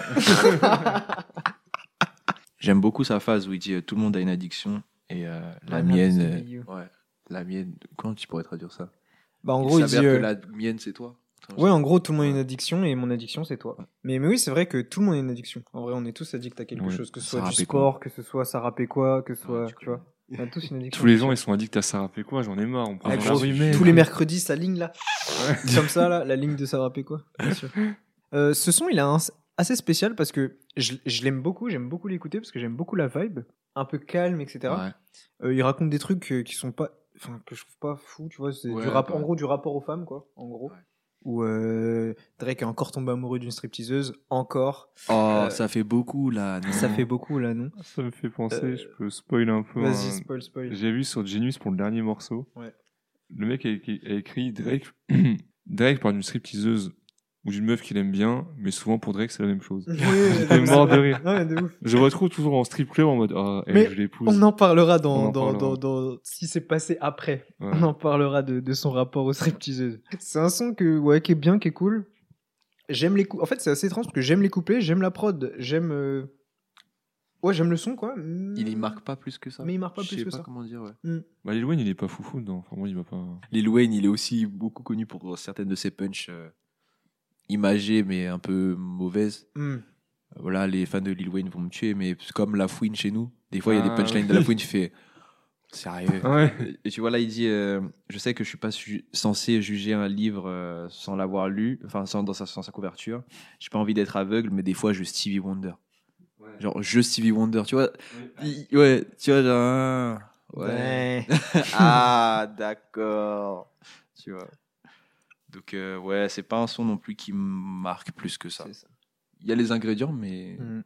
J'aime beaucoup sa phase où il dit euh, tout le monde a une addiction et euh, la I'm mienne. happy to euh, be you. ouais, la mienne. Comment tu pourrais traduire ça? Bah, en gros, il dit. s'avère euh, que la mienne c'est toi. Ouais, en gros, tout le monde a une addiction et mon addiction, c'est toi. Mais, mais oui, c'est vrai que tout le monde a une addiction. En vrai, on est tous addicts à quelque Ouais. chose, que ce Ça soit du rappelle sport, que ce soit ça rappelle quoi, que ce soit. Ouais, tu tu vois. On a tous une addiction. Tous les gens, ils sont addicts à Sarah Péquois, j'en ai marre. On prend Ah, dans la gros, rue, mais... tous les mercredis, sa ligne là. Comme ça, là, la ligne de Sarah Péquois. Bien sûr. Euh, ce son, il est un- assez spécial parce que je, je l'aime beaucoup, j'aime beaucoup l'écouter parce que j'aime beaucoup la vibe, un peu calme, et cetera. Ouais. Euh, il raconte des trucs euh, qui sont pas. Enfin, que je trouve pas fous, tu vois. C'est Ouais, du rap, ouais. en gros, du rapport aux femmes, quoi. En gros. Ouais. Où euh, Drake est encore tombé amoureux d'une stripteaseuse, encore. Oh, Euh, ça fait beaucoup là. non. Ça fait beaucoup là, non? Ça me fait penser, Euh, je peux spoiler un peu. Vas-y, hein. spoil, spoil. J'ai vu sur Genius pour le dernier morceau. Ouais. Le mec a écrit, a écrit Drake. Drake parle d'une stripteaseuse ou d'une meuf qu'il aime bien, mais souvent pour Drake c'est la même chose. Oui, J'étais mort de rire. Ouais, de ouf. Je retrouve toujours en strip club en mode ah, elle, Mais je l'épouse. On en parlera On dans, en dans, parlera. dans, dans ce qui s'est passé après. Ouais. On en parlera de, de son rapport aux stripteaseuses. C'est un son que, ouais, qui est bien, qui est cool. J'aime les couplets. En fait, c'est assez étrange parce que j'aime les couplets, j'aime la prod, j'aime. euh, Ouais, j'aime le son, quoi. Il y marque pas plus que ça. Mais il marque pas Je plus sais que pas ça. comment dire. Ouais. Bah, Lil Wayne il est pas foufou dedans. Enfin moi il va pas. Lil Wayne, il est aussi beaucoup connu pour certaines de ses punchs euh, imagées mais un peu mauvaises. Hmm. Voilà, les fans de Lil Wayne vont me tuer, mais c'est comme La Fouine chez nous. Des fois, il y a Ah, des punchlines ouais. de La Fouine, tu fais sérieux. Ouais. Et tu vois, là, il dit euh, je sais que je suis pas su- censé juger un livre euh, sans l'avoir lu, enfin, sans, dans sa, sans sa couverture. J'ai pas envie d'être aveugle, mais des fois, je Stevie Wonder. Genre, je Stevie Wonder, tu vois. Il- ouais, tu vois, genre. ah, Ouais. Ouais. Ah, d'accord. Tu vois. Donc, euh, ouais, c'est pas un son non plus qui me marque plus que ça. C'est ça. Il y a les ingrédients, mais. Hmm.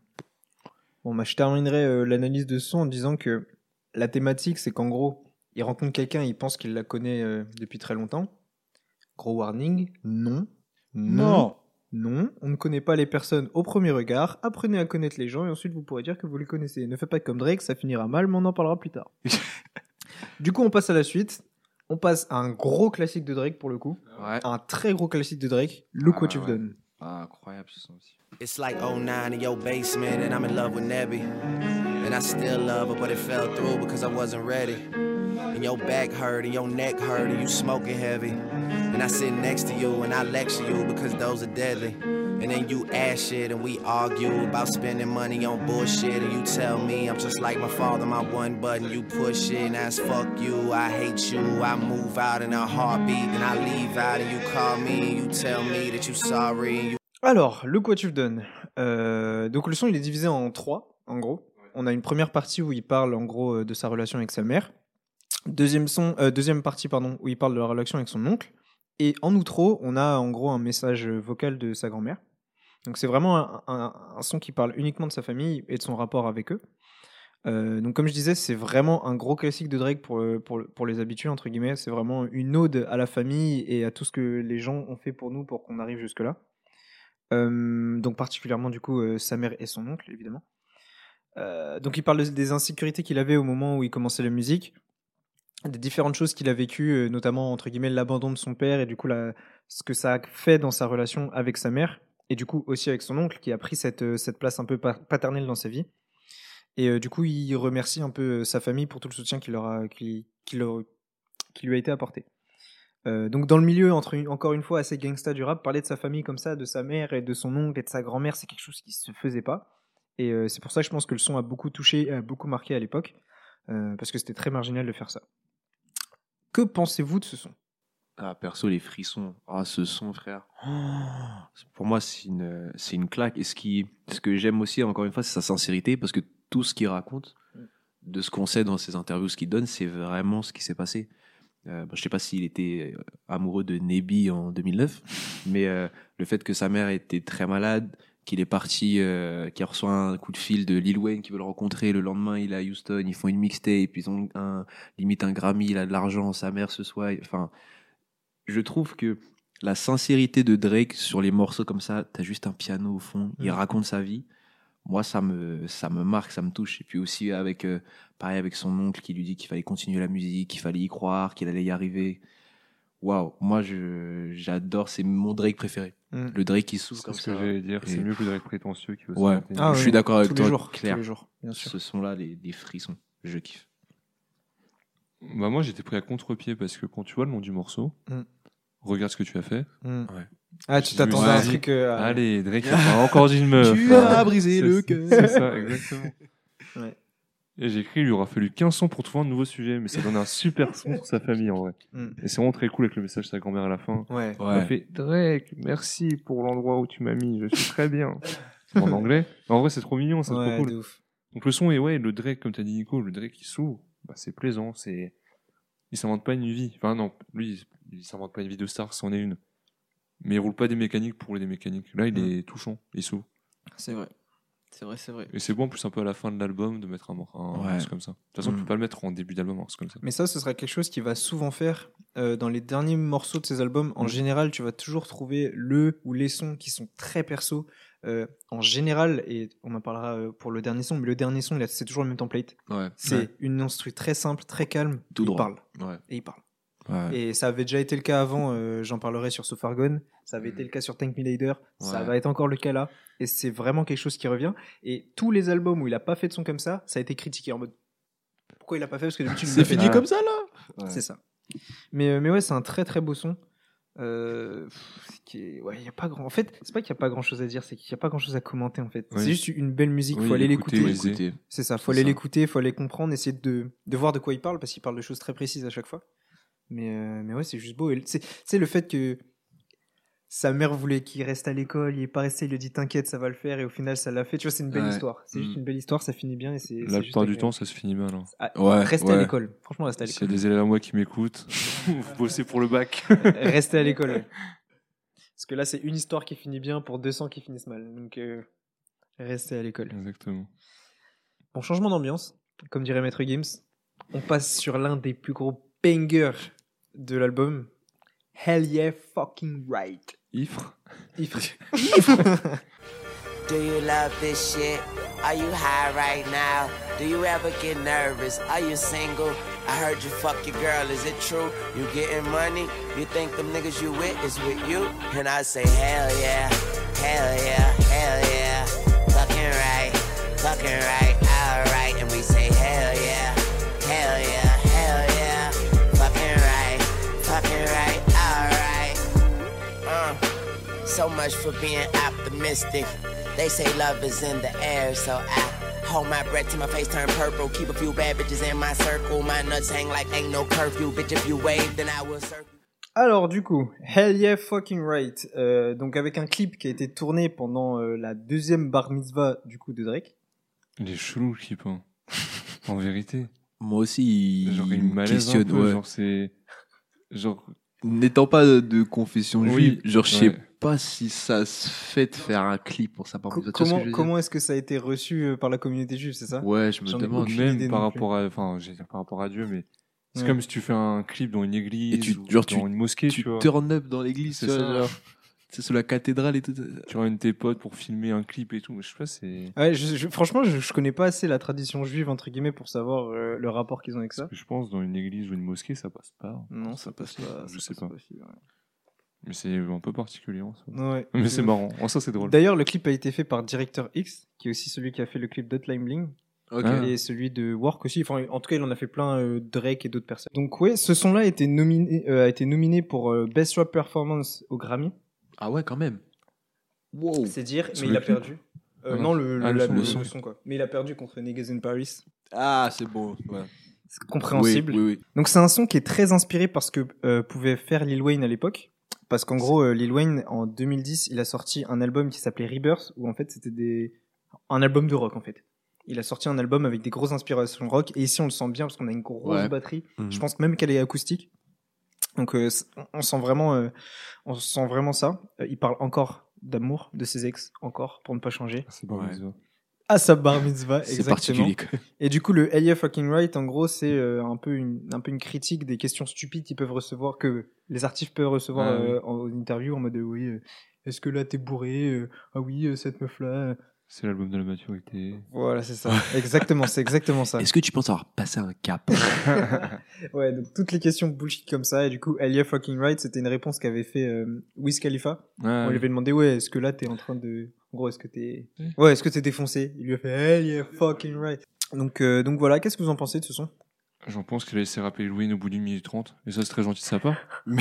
Bon, bah, je terminerai euh, l'analyse de ce son en disant que la thématique, c'est qu'en gros, il rencontre quelqu'un, il pense qu'il la connaît euh, depuis très longtemps. Gros warning, non. Non. Non, on ne connaît pas les personnes au premier regard. Apprenez à connaître les gens et ensuite vous pourrez dire que vous les connaissez. Ne faites pas comme Drake, ça finira mal, mais on en parlera plus tard. Du coup, on passe à la suite. On passe à un gros classique de Drake pour le coup. Ouais. Un très gros classique de Drake. Look Ah, What You've ouais. Done. Ah, incroyable ce son aussi. It's like oh nine in your basement and I'm in love with Nebby. And I still love her, but it fell through because I wasn't ready. And your back hurt and your neck hurt and you smoking heavy. And I sit next to you and I lecture you because those are deadly. And then you ask shit and we argue about spending money on bullshit. And you tell me I'm just like my father, my one button, you push it and that's fuck you, I hate you. I move out in a heartbeat and I leave out and you call me and you tell me that you sorry and you Alors, Look What You've Done. Euh, donc le son, il est divisé en trois, en gros. On a une première partie où il parle, en gros, euh, de sa relation avec sa mère. Deuxième, son, euh, deuxième partie, pardon, où il parle de la relation avec son oncle. Et en outro, on a, en gros, un message vocal de sa grand-mère. Donc c'est vraiment un, un- un son qui parle uniquement de sa famille et de son rapport avec eux. Euh, donc comme je disais, c'est vraiment un gros classique de Drake pour, euh, pour, pour les habitués, entre guillemets. C'est vraiment une ode à la famille et à tout ce que les gens ont fait pour nous pour qu'on arrive jusque-là. Euh, donc particulièrement du coup euh, sa mère et son oncle évidemment. Euh, donc il parle de- des insécurités qu'il avait au moment où il commençait la musique, des différentes choses qu'il a vécues, euh, notamment entre guillemets l'abandon de son père et du coup la, ce que ça a fait dans sa relation avec sa mère et du coup aussi avec son oncle qui a pris cette, euh, cette place un peu pa- paternelle dans sa vie. Et euh, du coup il remercie un peu euh, sa famille pour tout le soutien qu'il leur a, qui, qui, leur- qui lui a été apporté. Euh, donc dans le milieu, entre une- encore une fois assez gangsta du rap, parler de sa famille comme ça, de sa mère et de son oncle et de sa grand-mère, c'est quelque chose qui se faisait pas. Et euh, c'est pour ça que je pense que le son a beaucoup touché, a beaucoup marqué à l'époque, euh, parce que c'était très marginal de faire ça. Que pensez-vous de ce son? Ah, perso, les frissons. Ah, ce son, frère. Oh, pour moi, c'est une, c'est une claque. Et ce, qui, ce que j'aime aussi, encore une fois, c'est sa sincérité, parce que tout ce qu'il raconte, de ce qu'on sait dans ses interviews, ce qu'il donne, c'est vraiment ce qui s'est passé. Euh, bah, je sais pas s'il était euh, amoureux de Nebi en deux mille neuf, mais euh, le fait que sa mère était très malade, qu'il est parti, euh, qu'il reçoit un coup de fil de Lil Wayne qui veut le rencontrer, le lendemain il est à Houston, ils font une mixtape, ils ont un, limite un Grammy, il a de l'argent, sa mère ce soir. Enfin, je trouve que la sincérité de Drake sur les morceaux comme ça, t'as juste un piano au fond, il Mm. raconte sa vie. Moi, ça me, ça me marque, ça me touche. Et puis aussi avec, euh, pareil, avec son oncle qui lui dit qu'il fallait continuer la musique, qu'il fallait y croire, qu'il allait y arriver. Waouh, moi, je, j'adore, c'est mon Drake préféré. Mm. Le Drake qui souffre C'est comme ce que ça. j'allais dire, c'est Et- mieux que le Drake prétentieux qui veut Ouais. se Ah je ouais, suis d'accord avec tous toi, les jours, Claire. tous les jours, bien sûr. Ce sont-là les, des frissons. Je kiffe. Bah moi j'étais pris à contre-pied parce que quand tu vois le nom du morceau, Mm. regarde ce que tu as fait. Mm. Ouais. Ah, tu Je t'attendais me à un suis dit, truc. euh, à- Allez, Drake il a encore dit une meuf. Tu Voilà. as brisé C'est- le cœur. C'est ça, exactement. Ouais. Et j'ai écrit, il lui aura fallu quinze sons pour trouver un nouveau sujet, mais ça donne un super son pour sa famille en vrai. Mm. Et c'est vraiment très cool avec le message de sa grand-mère à la fin. Ouais. Il m'a fait Drake, merci pour l'endroit où tu m'as mis, je suis très bien. En anglais. Mais en vrai, c'est trop mignon, c'est Ouais, trop cool. de ouf. Donc le son est, ouais, le Drake, comme t'as dit Nico, le Drake qui s'ouvre, bah, c'est plaisant, c'est. Il s'invente pas une vie. Enfin, non, lui, il s'invente pas une vie de star, c'en est une. Mais il roule pas des mécaniques pour rouler des mécaniques. Là, il Mm. est touchant, il s'ouvre. C'est vrai. C'est vrai, c'est vrai. Et c'est bon, en plus, un peu à la fin de l'album, de mettre un, mor- un Ouais. morceau comme ça. De toute façon, Mm. tu peux pas le mettre en début d'album, un morceau comme ça. Mais ça, ce sera quelque chose qu'il va souvent faire euh, dans les derniers morceaux de ses albums. En Mm. général, tu vas toujours trouver le ou les sons qui sont très perso. Euh, en général, et on en parlera euh, pour le dernier son, mais le dernier son, il a- c'est toujours le même template. Ouais. C'est Ouais. une instru très simple, très calme. Tout il droit. parle. Ouais. Et il parle. Ouais. Et ça avait déjà été le cas avant, euh, j'en parlerai sur So Far Gone, ça avait Mm. été le cas sur Tank Me Later, ça Ouais. va être encore le cas là, et c'est vraiment quelque chose qui revient. Et tous les albums où il a pas fait de son comme ça, ça a été critiqué en mode pourquoi il a pas fait parce que d'habitude il C'est le fait. fini Ah. comme ça, là? C'est ça. Mais, euh, mais ouais, c'est un très très beau son. Euh, pff, qui est- ouais, y a pas grand. En fait, c'est pas qu'il y a pas grand chose à dire, c'est qu'il y a pas grand chose à commenter en fait. Oui. C'est juste une belle musique, Oui, faut aller écouter, l'écouter. oui. Écoutez. C'est ça, faut C'est aller ça. l'écouter, faut aller comprendre, essayer de, de voir de quoi il parle parce qu'il parle de choses très précises à chaque fois. Mais, euh, mais ouais, c'est juste beau. Et c'est c'est le fait que sa mère voulait qu'il reste à l'école, il est pas resté, il lui dit t'inquiète, ça va le faire, et au final ça l'a fait. Tu vois, c'est une belle Ouais. histoire. C'est juste Mm. une belle histoire, ça finit bien et c'est. La c'est juste plupart du agréable. temps, ça se finit bien, là. Ah, Ouais, restez à ouais. l'école. Franchement, restez à S'il y a l'école. des élèves à moi qui m'écoutent, vous bossez pour le bac. Restez à l'école. ouais. Parce que là, c'est une histoire qui finit bien pour deux cents qui finissent mal. Donc, euh, restez à l'école. Exactement. Bon, changement d'ambiance. Comme dirait Maître Gims, on passe sur l'un des plus gros bangers de l'album. Hell yeah, fucking right. Ifre. If- Do you love this shit? Are you high right now? Do you ever get nervous? Are you single? I heard you fuck your girl, is it true? You getting money? You think them niggas you with is with you? And I say, hell yeah, hell yeah, hell yeah. Fucking right, fucking right, alright. And we say, hell yeah, hell yeah, hell yeah. Fucking right, fucking right, alright. Uh, so much for being optimistic. They say love is in the air, so I hold my breath till my face turn purple. Keep a few bad bitches in my circle. My nuts hang like ain't no curfew. Bitch, if you wave, then I will circle. Alors, du coup, Hell yeah, fucking right. Euh, donc, avec un clip qui a été tourné pendant euh, la deuxième bar mitzvah du coup de Drake. Il est chelou, le clip, hein. En vérité. Moi aussi, il Genre, il me malaise un questionne. peu. Ouais. Genre, c'est. Genre. N'étant pas de, de confession Oui, juive, genre, je sais ouais. pas si ça se fait de faire un clip pour ça. Par Co- contre, tu vois ce que comment je veux dire comment est-ce que ça a été reçu euh, par la communauté juive, c'est ça? Ouais, je me J'en ai demande. aucune Même idée par non rapport à. Enfin, j'ai dit par rapport à Dieu, mais. C'est Ouais. comme si tu fais un clip dans une église Et tu- ou genre, dans tu- une mosquée, tu, Tu vois. turn up dans l'église, C'est tu vois, ça. genre. C'est sous la cathédrale et tout. Tu ramènes tes potes pour filmer un clip et tout. Je sais pas, c'est. Ouais, je, je- franchement, je, je connais pas assez la tradition juive, entre guillemets, pour savoir euh, le rapport qu'ils ont avec ça. Je pense dans une église ou une mosquée, ça passe pas. Non, ça passe pas. Je ça sais passe pas. aussi, ouais. Mais c'est un peu particulier. En soi. Ouais. Mais c'est marrant. En ça, c'est drôle. D'ailleurs, le clip a été fait par Director X, qui est aussi celui qui a fait le clip d'Hotline Bling. Ok. Ah. Et celui de Work aussi. Enfin, en tout cas, il en a fait plein, euh, Drake et d'autres personnes. Donc, ouais, ce son-là a été nominé, euh, a été nominé pour euh, Best Rap Performance au Grammy. Ah ouais, quand même. Wow. C'est dire, Sur mais le il a clip perdu. Euh, Ah non. non, le, le, Ah, le la- son, le- le le son. son, quoi. Mais il a perdu contre Niggas in Paris. Ah, c'est bon. Ouais. C'est compréhensible. Oui, oui, oui. Donc, c'est un son qui est très inspiré par ce que euh, pouvait faire Lil Wayne à l'époque. Parce qu'en gros, euh, Lil Wayne, en deux mille dix, il a sorti un album qui s'appelait Rebirth, où en fait, c'était des... un album de rock, en fait. Il a sorti un album avec des grosses inspirations rock, et ici, on le sent bien parce qu'on a une grosse Ouais. batterie. Mhm. Je pense même qu'elle est acoustique. Donc, euh, c- on sent vraiment, euh, on sent vraiment ça. Euh, il parle encore d'amour de ses ex, encore, pour ne pas changer. C'est pas Ouais. bizarre. À sa bar mitzvah, C'est exactement. particulier. quoi. Et du coup, le Elia fucking right, en gros, c'est euh, un peu une, un peu une critique des questions stupides qu'ils peuvent recevoir, que les artistes peuvent recevoir Ah, euh, en, en interview, en mode euh, oui, euh, est-ce que là t'es bourré euh, Ah oui, euh, cette meuf là. C'est l'album de la maturité. Voilà, c'est ça. exactement, c'est exactement ça. Est-ce que tu penses avoir passé un cap? Ouais, donc toutes les questions bullshit comme ça. Et du coup, Elia fucking right, c'était une réponse qu'avait fait euh, Wiz Khalifa. Ah, On lui oui. avait demandé, ouais, est-ce que là t'es en train de. En gros, est-ce que t'es. Ouais, est-ce que t'es défoncé Il lui a fait, Elia fucking right. Donc, euh, donc voilà, qu'est-ce que vous en pensez de ce son J'en pense qu'il a laissé rapper Lil Wayne au bout d'une minute trente. Et ça, c'est très gentil de sa part.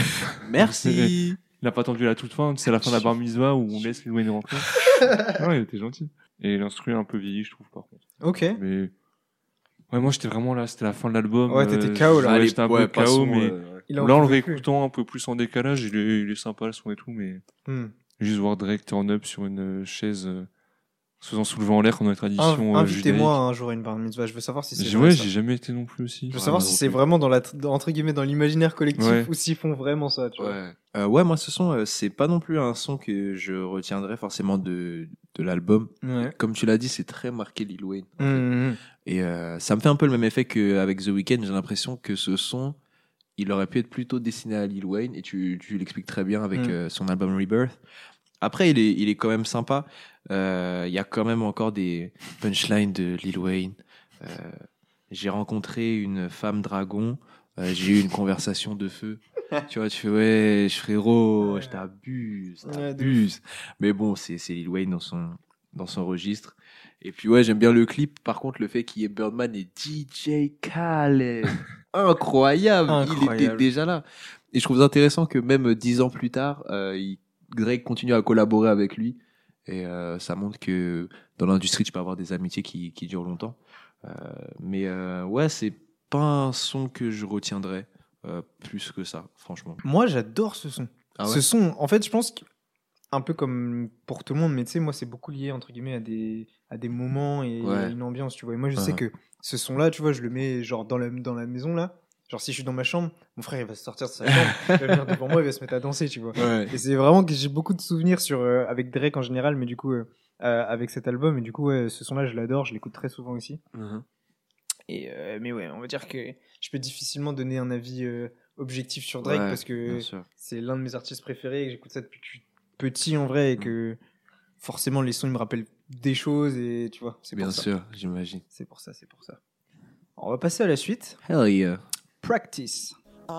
Merci. Il a pas attendu la toute fin. C'est la fin de la bar mitzvah où on laisse Lil Wayne rentrer. Non, il était gentil. Et l'instru est un peu vieilli, je trouve, par contre. Ok. Mais. Ouais, moi, j'étais vraiment là. C'était la fin de l'album. Ouais, t'étais Euh, K O, là. ouais, Allez, j'étais un ouais, peu K O, passons, mais. euh, Il Là, en en le pouvait plus. réécoutant un peu plus en décalage, il est, il est sympa le son et tout, mais Hmm. juste voir Drake turn up sur une chaise, euh, se faisant soulever en l'air comme dans les traditions Inv- euh, Invitez-moi judaïques. un jour à une bar mitzvah. Je veux savoir si c'est J'ai- vrai, Ouais, ça. j'ai jamais été non plus aussi. Je veux Ouais, savoir moi si non c'est plus. vraiment dans la dans- entre guillemets dans l'imaginaire collectif Ouais. ou s'ils font vraiment ça. Tu vois. Ouais. Euh, ouais, moi, ce son, euh, c'est pas non plus un son que je retiendrai forcément de, de l'album. Ouais. Comme tu l'as dit, c'est très marqué Lil Wayne. en fait. Mhm. Et euh, ça me fait un peu le même effet qu'avec The Weeknd. J'ai l'impression que ce son, il aurait pu être plutôt destiné à Lil Wayne. Et tu, tu l'expliques très bien avec Mm. euh, son album Rebirth. Après, il est, il est quand même sympa. Euh, Il y a quand même encore des punchlines de Lil Wayne. Euh, j'ai rencontré une femme dragon. Euh, j'ai eu une conversation de feu. Tu vois, tu fais, ouais, frérot, je t'abuse, Ouais, de t'abuse. Mais bon, c'est c'est Lil Wayne dans son, dans son registre. Et puis, ouais, j'aime bien le clip. Par contre, le fait qu'il y ait Birdman et D J Khaled. Incroyable. Il Incroyable. était déjà là. Et je trouve intéressant que même dix ans plus tard, euh, il- Drake continue à collaborer avec lui. Et euh, ça montre que dans l'industrie, tu peux avoir des amitiés qui, qui durent longtemps. Euh, mais euh, ouais, c'est pas un son que je retiendrai euh, plus que ça, franchement. Moi, j'adore ce son. Ah ouais Ce son, en fait, je pense que un peu comme pour tout le monde, mais tu sais, moi, c'est beaucoup lié entre guillemets à des à des moments et Ouais. à une ambiance, tu vois. Et moi, je sais Uh-huh. que ce son-là, tu vois, je le mets genre dans la dans la maison là. Genre si je suis dans ma chambre, mon frère il va sortir de sa chambre, il va venir devant moi, il va se mettre à danser, tu vois. Ouais. Et c'est vraiment que j'ai beaucoup de souvenirs sur euh, avec Drake en général, mais du coup euh, euh, avec cet album et du coup ouais, ce son-là je l'adore, je l'écoute très souvent aussi. Mhm. Et euh, mais ouais, on va dire que je peux difficilement donner un avis euh, objectif sur Drake Ouais, parce que bien sûr. c'est l'un de mes artistes préférés et que j'écoute ça depuis que je suis petit en vrai et que forcément les sons ils me rappellent des choses et tu vois, c'est Bien pour ça. sûr, j'imagine. C'est pour ça, c'est pour ça. Alors, on va passer à la suite. Hell yeah. Practice.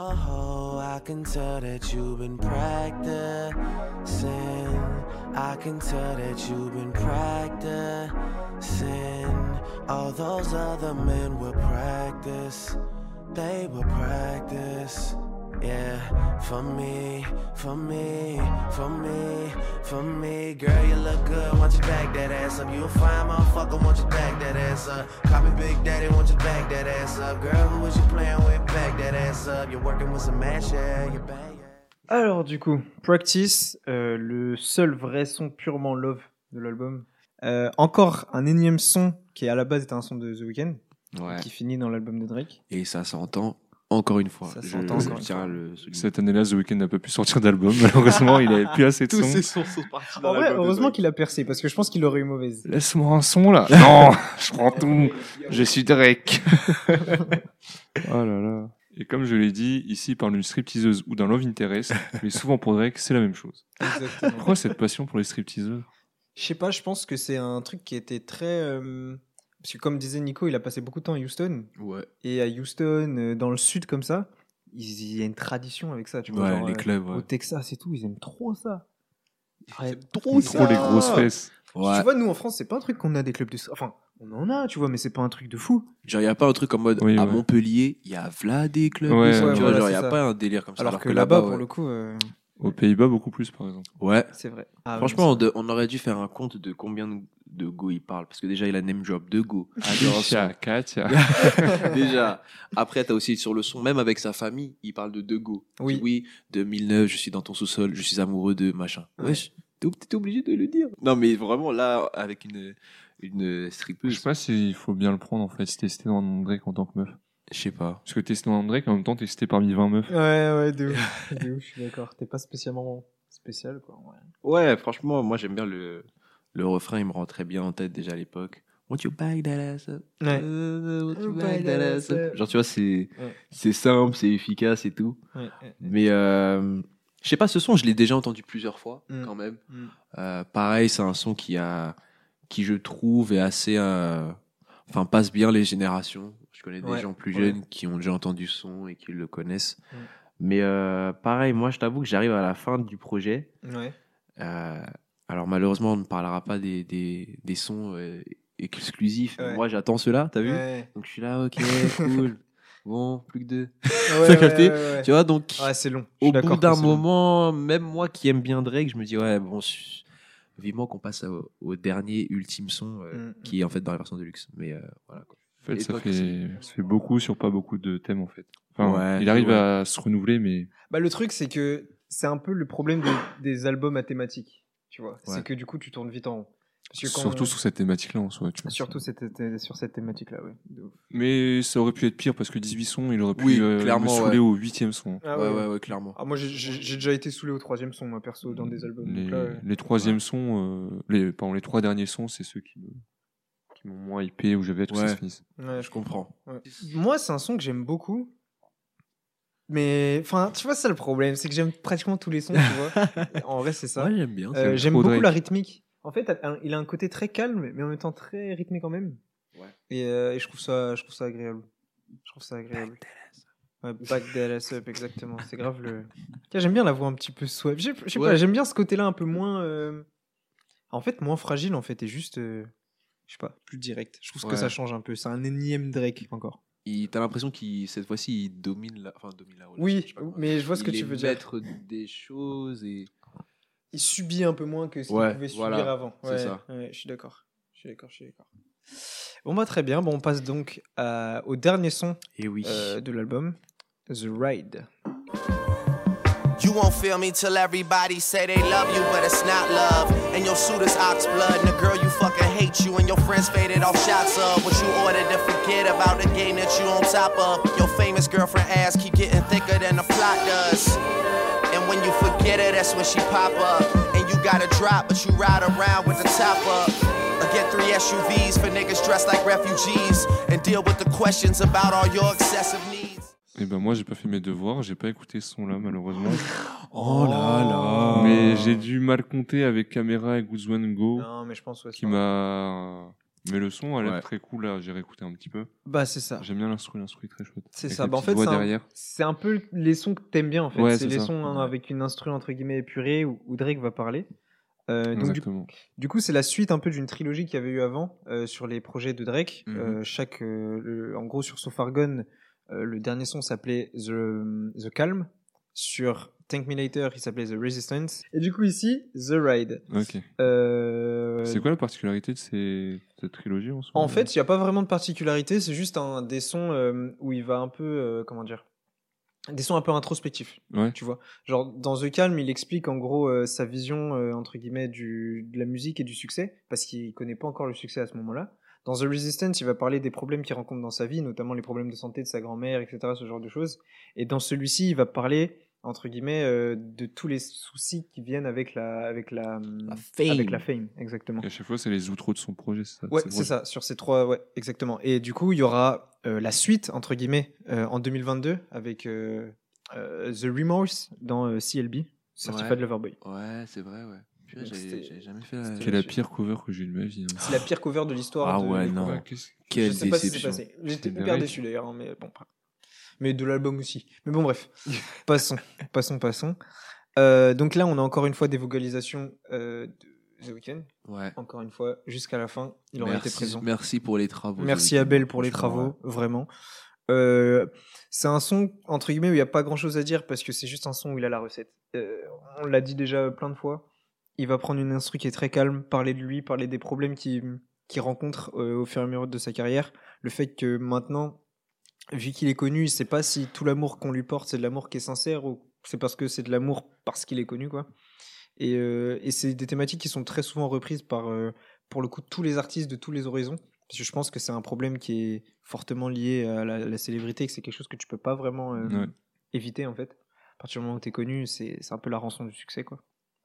Oh, I can tell that you've been practicing. I can tell that you've been practicing. All those other men will practice. They will practice. Yeah, for me, for me, for me, for me. Girl, you look good, won't you back that ass up? You a fine motherfucker, won't you back that ass up? Call me Big Daddy, won't you back that ass up? Girl, who was you playing with? Back that ass up. You're working with some mash, yeah, you bang, yeah. Alors du coup, Practice, euh, le seul vrai son purement love de l'album. Euh, encore un énième son qui à la base était un son de The Weeknd, Ouais. qui finit dans l'album de Drake. Et ça s'entend encore une fois. Ça Je- s'entend je encore une tiens fois. à le souligner. Cette année-là, The Weeknd n'a pas pu sortir d'album. Malheureusement, il avait plus assez de Tous sons. ces sons sont partis dans En vrai, l'album de heureusement Drake. qu'il a percé parce que je pense qu'il aurait eu mauvaise. Laisse-moi un son là. Non, je prends tout. Je suis Drake. Oh là là. Et comme je l'ai dit, ici, il parle d'une stripteaseuse ou d'un love interest, mais souvent pour Drake, c'est la même chose. Exactement. Pourquoi cette passion pour les stripteaseuses? Je sais pas, je pense que c'est un truc qui était très. euh, Parce que comme disait Nico, il a passé beaucoup de temps à Houston. Ouais. Et à Houston, euh, dans le sud comme ça, il il y a une tradition avec ça. Tu vois, Ouais, genre, les euh, clubs, ouais. Au Texas et tout, ils aiment trop ça. Ouais, trop Trop les grosses fesses. Ouais. Tu vois, nous en France, c'est pas un truc qu'on a des clubs de. Enfin, on en a, tu vois, mais c'est pas un truc de fou. Genre, il n'y a pas un truc en mode Oui, à ouais. Montpellier, il y a v'là des clubs. Ouais, de ça, ouais, tu vois, voilà, genre, il c'est n'y a ça. pas un délire comme ça. Alors, que là-bas, pour ouais. le coup, euh, Aux Pays-Bas, beaucoup plus, par exemple. Ouais. c'est vrai. Ah, Franchement, ouais, on, de- on aurait dû faire un compte de combien de, de go il parle. Parce que déjà, il a name drop deux go. Katia, Katia. Déjà. Après, t'as aussi sur le son, même avec sa famille, il parle de deux go. Oui. Il dit, oui, deux mille neuf, je suis dans ton sous-sol, je suis amoureux de machin. Ouais. Wesh, t'es t'es obligé de le dire. Non, mais vraiment, là, avec une, une Je strippeuse, sais pas s'il faut bien le prendre, en fait, si t'es cité dans Drake en tant que meuf. je sais pas. Parce que t'es cité dans Drake, en même temps, t'es cité parmi vingt meufs. Ouais, ouais, de ouf. De ouf, je suis d'accord. T'es pas spécialement spécial, quoi. Ouais. Ouais, franchement, moi, j'aime bien le, le refrain, il me rend très bien en tête déjà à l'époque. Want you back that ass up? Ouais. Euh, want you Back back that that ass ass up? up. Genre, tu vois, c'est, Ouais. c'est simple, c'est efficace et tout. Ouais, ouais. Mais euh, je sais pas, ce son, je l'ai déjà entendu plusieurs fois, Mm. quand même. Mm. Euh, pareil, c'est un son qui a, qui je trouve est assez, euh, enfin, passe bien les générations. Je connais des Ouais, gens plus ouais. jeunes qui ont déjà entendu ce son et qui le connaissent. Mm. Mais euh, pareil, moi, je t'avoue que j'arrive à la fin du projet. Ouais. Euh, alors malheureusement, on ne parlera pas des, des, des sons euh, exclusifs. Ouais. Moi, j'attends ceux-là, t'as vu? Ouais. Donc je suis là, ok, cool. Bon, plus que deux. Ouais, T'as capté? ouais, ouais, ouais. Tu vois, donc Ouais, c'est long. Je suis au d'accord bout que d'un c'est long. moment, même moi qui aime bien Drake, je me dis ouais, bon, je- vivement qu'on passe au, au dernier ultime son euh, Mm. qui est en fait dans la version de luxe. Mais euh, voilà quoi. En fait, Et ça toi, fait, ça fait beaucoup sur pas beaucoup de thèmes, en fait. Enfin, Ouais, il arrive ouais. à se renouveler, mais Bah, le truc, c'est que c'est un peu le problème des, des albums à thématique. Tu vois, Ouais. c'est que du coup, tu tournes vite en rond. Parce que quand- surtout sur cette thématique-là, en soi, tu vois. Surtout cette- cette- sur cette thématique-là, ouais. De ouf. Mais ça aurait pu être pire, parce que dix-huit sons, il aurait pu Oui, euh, clairement, me saouler ouais. au huitième son. Ah ouais, ouais, ouais, ouais, clairement. Ah, moi, j'ai- j'ai j'ai déjà été saoulé au troisième son, moi, perso, dans des albums. Les, Donc là, ouais. les troisièmes sons, euh, les, pardon, les trois derniers sons, c'est ceux qui me, qui m'ont moins hypé, où j'avais hâte que ça Ouais. se finisse. Ouais, Je comprends. ouais. Moi, c'est un son que j'aime beaucoup. Mais, enfin, tu vois, c'est ça le problème, c'est que j'aime pratiquement tous les sons, tu vois. En vrai, c'est ça. Ouais, j'aime bien. Euh, J'aime J'aime trop beaucoup Drake. la rythmique. En fait, un- il a un côté très calme, mais en même temps très rythmé quand même. Ouais. Et, euh, et je trouve ça, je trouve ça agréable. Je trouve ça agréable. Ouais, back that ass up, exactement. C'est grave le. Tiens, j'aime bien la voix un petit peu suave. Je sais je sais Ouais. pas, j'aime bien ce côté-là un peu moins. euh, En fait, moins fragile, en fait, et juste. euh, Je sais pas, plus direct. Je trouve que Ouais. ça change un peu. C'est un énième Drake encore. Il- T'as l'impression qu'il cette fois-ci il domine la, enfin domine la relation. Oui, je sais pas comment. mais je vois ce que Il tu est veux dire. maître des choses et Il subit un peu moins que ce qu'il Ouais, pouvait voilà, subir avant. c'est Ouais, ça. ouais, je suis d'accord. Je suis d'accord, je suis d'accord. Bon, bah, très bien. Bon, on passe donc à- au dernier son et oui. euh, de l'album, The Ride. You won't feel me till everybody say they love you, but it's not love. And your suit is ox blood, and the girl you fucking hate you, and your friends faded off shots of what you ordered to forget about the game that you on top of. Your famous girlfriend ass keep getting thicker than the plot does. And when you forget her, that's when she pop up. And you got a drop, but you ride around with the top up. Or get three S U Vs for niggas dressed like refugees, and deal with the questions about all your excessive needs. Et ben moi, j'ai pas fait mes devoirs, j'ai pas écouté ce son-là, malheureusement. Oh là là. Mais j'ai dû mal compter avec Camera et Goods One Go, Non, mais je pense ouais, qui m'a. Mais le son a l'air Ouais. très cool, là, j'ai réécouté un petit peu. Bah, c'est ça. J'aime bien l'instru, l'instru est très chouette. C'est Avec ça. la Bah, en petite fait, voix c'est un, derrière. c'est un peu les sons que t'aimes bien, en fait. Ouais, c'est c'est les ça. sons hein, Ouais. avec une instru entre guillemets épurée où, où Drake va parler. Euh, donc, du, Exactement. du coup, c'est la suite un peu d'une trilogie qu'il y avait eu avant euh, sur les projets de Drake. Mhm. Euh, chaque, euh, le- en gros, sur So Far Gone, euh, le dernier son s'appelait The, The Calm. Sur Thank Me Later, il s'appelait The Resistance. Et du coup, ici, The Ride. Ok. Euh, C'est quoi la particularité de ces... cette trilogie en soi En fait, il n'y a pas vraiment de particularité, c'est juste un, des sons euh, où il va un peu, euh, comment dire, des sons un peu introspectifs, Ouais. tu vois. Genre, dans The Calm, il explique en gros euh, sa vision, euh, entre guillemets, du, de la musique et du succès, parce qu'il connaît pas encore le succès à ce moment-là. Dans The Resistance, il va parler des problèmes qu'il rencontre dans sa vie, notamment les problèmes de santé de sa grand-mère, et cetera, ce genre de choses. Et dans celui-ci, il va parler entre guillemets, euh, de tous les soucis qui viennent avec la, avec la, La fame. avec la fame, exactement. Et à chaque fois, c'est les outros de son projet, c'est ça. Ouais, c'est c'est ça, sur ces trois, ouais, exactement. Et du coup, il y aura euh, la suite, entre guillemets, euh, en deux mille vingt-deux, avec euh, euh, The Remorse dans euh, C L B, Certified Ouais. Lover Boy. Ouais, c'est vrai, ouais. Purée, Donc, j'avais c'était- j'avais jamais fait la. C'est la pire cover que j'ai eu de ma vie. hein. C'est la pire cover de l'histoire. Ah de- ouais, de- non. Ouais, qu'est-ce- Quelle Je sais pas si c'est déception. passé. J'étais C'est hyper Drake. déçu d'ailleurs, hein, mais bon. après. Mais de l'album aussi. Mais bon, bref. Passons, passons, passons. Euh, donc là, on a encore une fois des vocalisations euh, de The Weeknd. Ouais. Encore une fois, jusqu'à la fin, il aura été Merci, présent. merci pour les travaux. Merci The à Weeknd. Belle pour les Franchement, travaux, vraiment. Euh, c'est un son, entre guillemets, où il n'y a pas grand chose à dire parce que c'est juste un son où il a la recette. Euh, on l'a dit déjà plein de fois. Il va prendre une instru qui est très calme, parler de lui, parler des problèmes qu'il qu'il rencontre euh, au fur et à mesure de sa carrière. Le fait que maintenant, vu qu'il est connu, il sait pas si tout l'amour qu'on lui porte, c'est de l'amour qui est sincère ou c'est parce que c'est de l'amour parce qu'il est connu, quoi. Et, euh, et c'est des thématiques qui sont très souvent reprises par, euh, pour le coup, tous les artistes de tous les horizons. Parce que je pense que c'est un problème qui est fortement lié à la, la célébrité, que c'est quelque chose que tu peux pas vraiment euh, Ouais. éviter, en fait. À partir du moment où tu es connu, c'est c'est un peu la rançon du succès, quoi.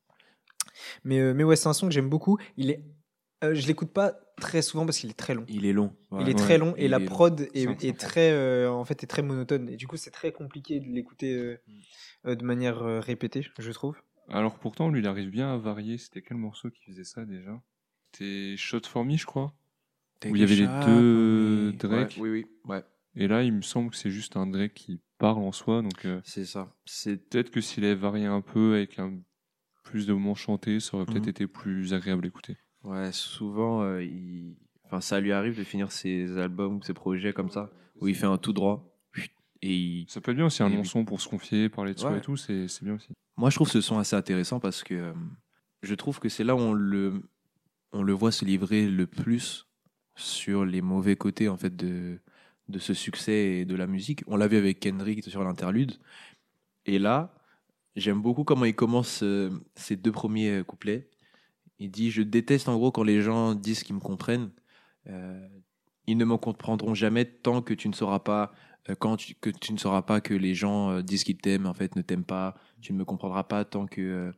Mais, euh, mais ouais, c'est un son que j'aime beaucoup. Il est, euh, je l'écoute pas très souvent parce qu'il est très long. Il est long. Il Ouais. est Ouais, très long et il la est long. prod C'est est, un- est très, euh, en fait, est très monotone. Et du coup, c'est très compliqué de l'écouter euh, euh, de manière euh, répétée, je trouve. Alors pourtant, lui, il arrive bien à varier. C'était quel morceau qui faisait ça déjà? C'était Shot for Me, je crois. Take Où il y a avait les shot deux for me. Drake. Ouais, oui, oui, ouais. Et là, il me semble que c'est juste un Drake qui parle en soi. Donc euh, C'est ça. C'est peut-être que s'il avait varié un peu avec un plus de moments chantés, ça aurait peut-être Mhm. été plus agréable à écouter. ouais, souvent, euh, il... enfin, ça lui arrive de finir ses albums, ses projets comme ça, où il fait un tout droit. Et il- Ça peut être bien aussi un Et long oui. son pour se confier, parler de soi Ouais. et tout. C'est c'est bien aussi. moi, je trouve ce son assez intéressant parce que euh, je trouve que c'est là où on le, on le voit se livrer le plus sur les mauvais côtés en fait de, de ce succès et de la musique. On l'a vu avec Kendrick sur l'interlude. Et là, j'aime beaucoup comment il commence euh, ses deux premiers euh, couplets. Il dit: je déteste en gros quand les gens disent qu'ils me comprennent. Euh, ils ne me comprendront jamais tant que tu ne sauras pas euh, quand tu, que tu ne sauras pas que les gens euh, disent qu'ils t'aiment, en fait, ne t'aiment pas. Tu ne me comprendras pas tant que euh,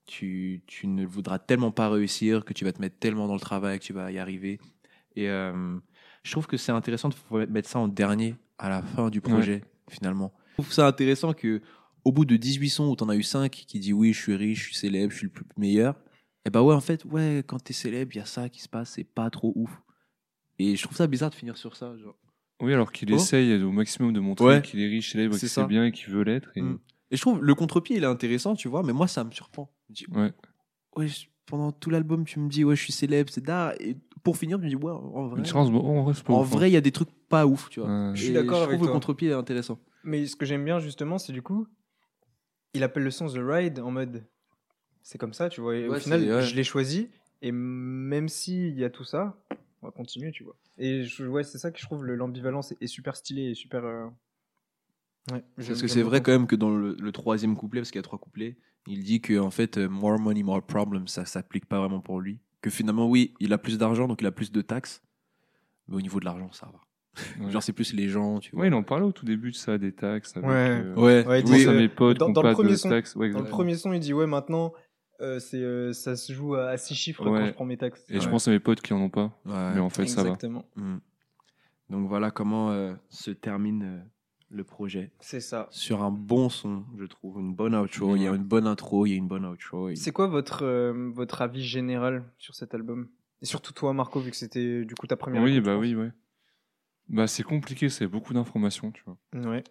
tu, tu ne voudras tellement pas réussir, que tu vas te mettre tellement dans le travail que tu vas y arriver. Et euh, je trouve que c'est intéressant de mettre ça en dernier, à la fin du projet, finalement. Je trouve ça intéressant que au bout de dix-huit sons où tu en as eu cinq qui dit oui, je suis riche, je suis célèbre, je suis le plus meilleur, et bah ouais, en fait, ouais, quand t'es célèbre, il y a ça qui se passe, c'est pas trop ouf. Et je trouve ça bizarre de finir sur ça. Genre. Oui, alors qu'il Oh. essaye au maximum de montrer Ouais. qu'il est riche, célèbre, C'est qu'il ça. sait bien et qu'il veut l'être. Et... Mm. Et je trouve le contre-pied, il est intéressant, tu vois, mais moi, ça me surprend. Je me dis, Ouais. ouais, je- pendant tout l'album, tu me dis, ouais, je suis célèbre, c'est d'art. Et pour finir, je me dis, ouais, en vrai, Une chance, bon, en vrai, c'est pas en ouf, hein. vrai, il y a des trucs pas ouf, tu vois. Ouais. Je suis Et d'accord je avec trouve le toi. contre-pied est intéressant. Mais ce que j'aime bien justement, c'est du coup, il appelle le son The Ride en mode, c'est comme ça, tu vois. Et au Ouais, final, c'est- ouais. je l'ai choisi et même s'il y a tout ça, on va continuer, tu vois. Et je, ouais, c'est ça que je trouve le- l'ambivalence est, est super stylé et super. euh, Ouais. j'aime- Parce que j'aime c'est vrai beaucoup. quand même que dans le, le troisième couplet, parce qu'il y a trois couplets, il dit que en fait, euh, more money, more problems, ça s'applique pas vraiment pour lui. Que finalement, oui, il a plus d'argent, donc il a plus de taxes. Mais au niveau de l'argent, ça va. Ouais. Genre, c'est plus les gens, tu vois. Ouais, il en parlait au tout début de ça, des taxes. Avec, Ouais. euh, Ouais, Ouais, je il pense dit, à euh, mes potes dans- qui ont dans le pas premier de son- taxes. Ouais, Dans le exactement. premier son, il dit ouais, maintenant, euh, c'est, euh, ça se joue à six chiffres quand Ouais. je prends mes taxes. Et je Ouais. pense à mes potes qui en ont pas. Ouais. Mais en fait, ça va. Exactement. Mm. Donc voilà comment euh, se termine euh, le projet. C'est ça. Sur un bon son, je trouve. Une bonne outro. Il y a Ouais. une bonne intro, il y a une bonne outro. et- C'est quoi votre, euh, votre avis général sur cet album? Et surtout toi, Marco, vu que c'était du coup ta première Oui, écoute, bah je oui, ouais. Bah, c'est compliqué, c'est beaucoup d'informations, tu vois. pense. Ouais.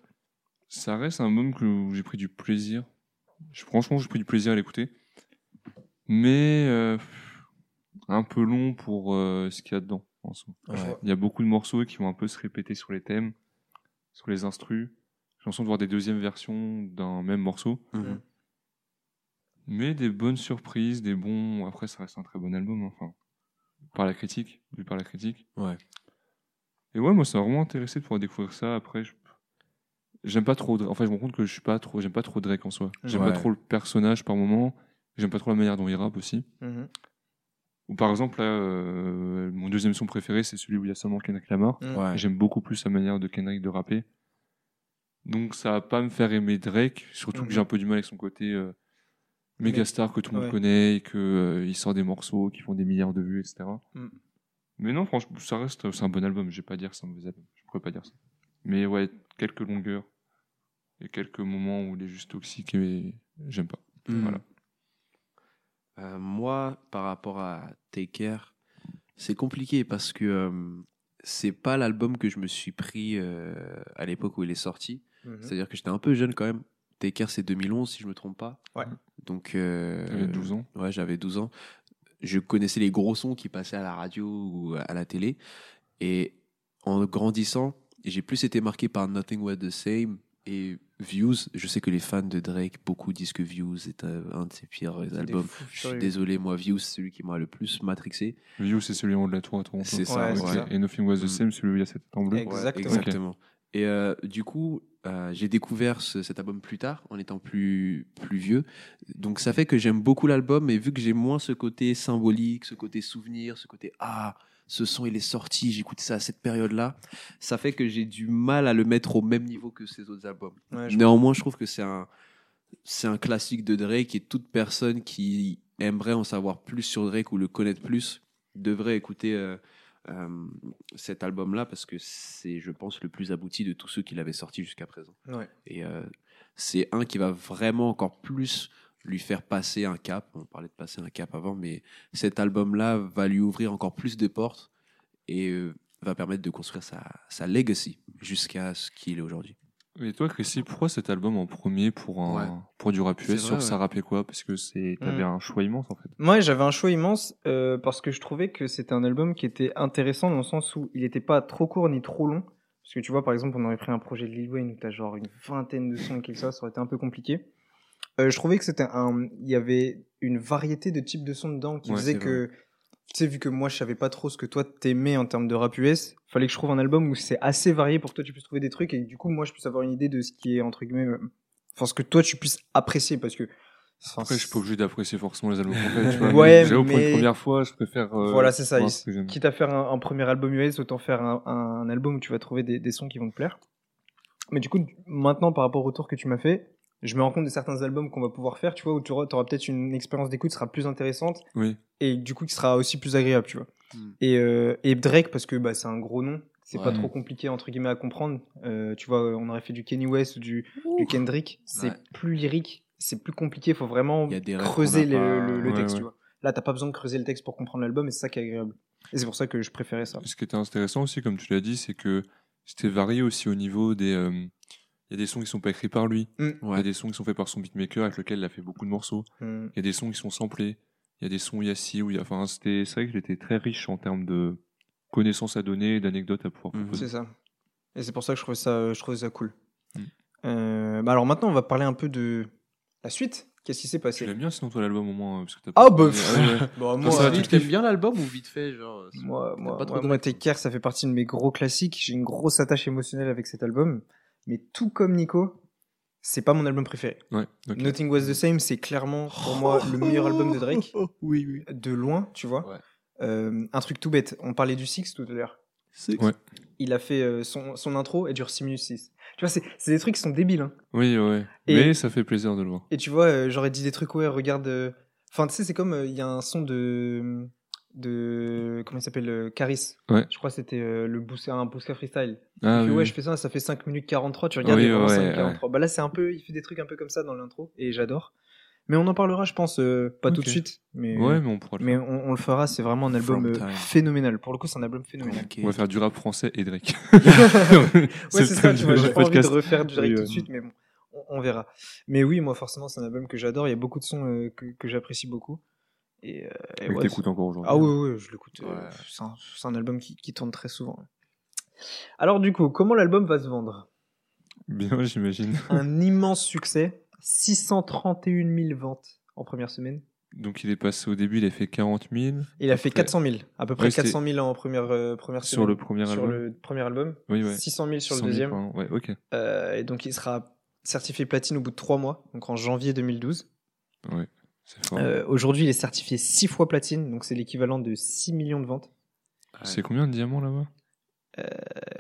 Ça reste un album que où j'ai pris du plaisir. Je- Franchement, j'ai pris du plaisir à l'écouter. Mais euh, un peu long pour euh, ce qu'il y a dedans. En soi. Ouais. Il y a beaucoup de morceaux qui vont un peu se répéter sur les thèmes, sur les instrus. J'ai l'impression de voir des deuxièmes versions d'un même morceau. Mhm. Mais des bonnes surprises, des bons. Après, ça reste un très bon album, hein, enfin. Par la critique, vu par la critique. Ouais. Et ouais, moi, ça m'a vraiment intéressé de pouvoir découvrir ça. Après, je... j'aime pas trop. Dra- Enfin, je me rends compte que je suis pas trop. J'aime pas trop Drake en soi. J'aime Ouais. pas trop le personnage par moment. J'aime pas trop la manière dont il rappe aussi. Mhm. Ou par exemple, là, euh, mon deuxième son préféré, c'est celui où il y a seulement Kendrick Lamar. Mm. Ouais. Et j'aime beaucoup plus sa manière de Kendrick de rapper. Donc ça va pas me faire aimer Drake, surtout Mhm. que j'ai un peu du mal avec son côté euh, méga Mais- star que tout le monde ouais. connaît et que euh, il sort des morceaux qui font des milliards de vues, et cetera. Mhm. Mais non, franchement, ça reste, c'est un bon album. Je vais pas dire que c'est un mauvais album. Je pourrais pas dire ça. Mais ouais, quelques longueurs et quelques moments où il est juste toxique et j'aime pas. Mm. Voilà. Euh, moi, par rapport à Take Care, c'est compliqué parce que euh, c'est pas l'album que je me suis pris euh, à l'époque où il est sorti. Mhm. C'est-à-dire que j'étais un peu jeune quand même. Take Care, c'est deux mille onze, si je me trompe pas. Ouais. Donc, euh, T'avais douze ans. Ouais, j'avais douze ans. Je connaissais les gros sons qui passaient à la radio ou à la télé. Et en grandissant, j'ai plus été marqué par Nothing Was the Same et Views. Je sais que les fans de Drake, beaucoup disent que Views est un, un de ses pires C'est des albums. fous Je suis furieux. désolé, moi, Views, c'est celui qui m'a le plus matrixé. View, c'est celui en haut de la tour à Toronto. C'est ça, Ouais, Ok. c'est ça. Et Nothing Was the Mm. Same, celui où il y a cette tête en bleu. Ex- Exactement. Ouais, exactement. Et euh, du coup, euh, j'ai découvert ce- cet album plus tard, en étant plus, plus vieux. Donc ça fait que j'aime beaucoup l'album, mais vu que j'ai moins ce côté symbolique, ce côté souvenir, ce côté « Ah, ce son, il est sorti, j'écoutais ça à cette période-là », ça fait que j'ai du mal à le mettre au même niveau que ses autres albums. Ouais, je Néanmoins, je trouve que c'est un, c'est un classique de Drake et toute personne qui aimerait en savoir plus sur Drake ou le connaître plus devrait écouter euh, euh, cet album-là parce que c'est, je pense, le plus abouti de tous ceux qu'il avait sortis jusqu'à présent. Ouais. Et euh, c'est un qui va vraiment encore plus lui faire passer un cap. On parlait de passer un cap avant, mais cet album-là va lui ouvrir encore plus de portes et euh, va permettre de construire sa, sa legacy jusqu'à ce qu'il est aujourd'hui. Et toi, Chrissy, pourquoi cet album en premier pour, un, Ouais. pour du rap U S C'est sur vrai, ça ouais. rappelait quoi? Parce que c'est, t'avais Mm. un choix immense en fait. Moi, j'avais un choix immense euh, parce que je trouvais que c'était un album qui était intéressant dans le sens où il n'était pas trop court ni trop long. Parce que tu vois, par exemple, on aurait pris un projet de Lil Wayne où t'as genre une vingtaine de sons et quelque chose, ça aurait été un peu compliqué. Euh, je trouvais que c'était un, il y avait une variété de types de sons dedans qui Ouais, faisait c'est que, tu sais, vu que moi je savais pas trop ce que toi t'aimais en termes de rap U S, fallait que je trouve un album où c'est assez varié pour que toi tu puisses trouver des trucs et que, du coup moi je puisse avoir une idée de ce qui est entre guillemets, euh, enfin ce que toi tu puisses apprécier parce que. enfin, Après, je suis pas obligé d'apprécier forcément les albums complets, tu vois. Ouais, mais j'avoue, pour mais- une première fois, je préfère. euh, Voilà, c'est ça. voir Il- ce que j'aime. Quitte à faire un, un premier album U S, autant faire un, un album où tu vas trouver des, des sons qui vont te plaire. Mais du coup, maintenant, par rapport au retour que tu m'as fait, je me rends compte de certains albums qu'on va pouvoir faire, tu vois, où tu auras, t'auras peut-être une expérience d'écoute qui sera plus intéressante Oui. et du coup qui sera aussi plus agréable, tu vois. Mm. Et, euh, et Drake, parce que bah, c'est un gros nom, c'est pas Ouais. trop compliqué entre guillemets à comprendre. Euh, tu vois, on aurait fait du Kanye West ou du, du Kendrick, c'est Ouais. plus lyrique, c'est plus compliqué, faut vraiment Il y a des rêves creuser qu'on le, n'a pas. le- le Ouais, texte, ouais. tu vois. Là, t'as pas besoin de creuser le texte pour comprendre l'album et c'est ça qui est agréable. Et c'est pour ça que je préférais ça. Ce qui était intéressant aussi, comme tu l'as dit, c'est que c'était varié aussi au niveau des. euh, Il y a des sons qui sont pas écrits par lui. Mm. Il y a des sons qui sont faits par son beatmaker avec lequel il a fait beaucoup de morceaux. Mm. Il y a des sons qui sont samplés. Il y a des sons où il y a ci, où il y a. Enfin, c'était... c'est vrai qu'il était très riche en termes de connaissances à donner et d'anecdotes à pouvoir Mhm. proposer. C'est ça. Et c'est pour ça que je trouvais ça, je trouvais ça cool. Mm. Euh, bah alors maintenant, on va parler un peu de la suite. Qu'est-ce qui s'est Tu passé? l'aimes bien sinon toi l'album au moins parce que t'as Ah pas- bah, Ah ouais. Bon, moi, moi, ça, tu tu le t'aimes kiffes bien l'album ou vite fait genre euh, moi, moi, pas trop moi, de moi, règles, Take Care, ça fait partie de mes gros classiques. J'ai une grosse attache émotionnelle avec cet album. Mais tout comme Nico, c'est pas mon album préféré. Ouais, ok. Nothing Was the Same, c'est clairement pour moi le meilleur album de Drake. Oui, oui. De loin, tu vois. Ouais. Euh, un truc tout bête. On parlait du Six tout à l'heure. Ouais. Il a fait euh, son, son intro, elle dure six minutes six. Tu vois, c'est c'est des trucs qui sont débiles. Hein. Oui, ouais. Et- Mais ça fait plaisir de le voir. Et tu vois, euh, j'aurais dit des trucs, ouais, regarde. euh, Enfin, tu sais, c'est comme, euh, il y a un son de. de comment il s'appelle euh, Caris. Ouais. Je crois que c'était euh, le Bouska, un Bouska freestyle. Ah Et puis, oui, ouais, oui. je fais ça, ça fait cinq minutes quarante-trois. Tu regardes, Oui, il y a vraiment ouais, cinq minutes ouais. quarante-trois. Bah là, c'est un peu. Il fait des trucs un peu comme ça dans l'intro. Et j'adore. Mais on en parlera, je pense, euh, pas tout Ok. de suite. Mais, Ouais, mais on pourra le mais faire. on, on le fera. C'est vraiment un album From euh, time. phénoménal. Pour le coup, c'est un album phénoménal. On va faire du rap français et Drake. Ouais, c'est ça, tu vois, j'ai pas envie de podcast. refaire du Drake Oui, tout ouais. de suite, mais bon, on, on verra. Mais oui, moi, forcément, c'est un album que j'adore. Il y a beaucoup de sons euh, que, que j'apprécie beaucoup. Et, euh, et Et que ouais, t'écoutes encore aujourd'hui. ah oui, oui, je l'écoute. euh, Ouais. c'est un, c'est un album qui, qui tourne très souvent. ouais. Alors, du coup, comment l'album va se vendre? Bien, j'imagine. Un immense succès, six cent trente et une mille ventes en première semaine. Donc il est passé au début, il a fait quarante mille. Et il a fait Après- quatre cent mille, à peu près Ouais, c'est- quatre cent mille en première, euh, première Sur semaine. le premier sur album. le premier album, Oui, ouais. six cent mille sur le cent mille deuxième. par an. Ouais, ok. Euh, et donc, il sera certifié platine au bout de trois mois, donc en janvier deux mille douze. Ouais, c'est fort. Euh, Aujourd'hui, il est certifié six fois platine, donc c'est l'équivalent de six millions de ventes. C'est combien de diamants là-bas Euh,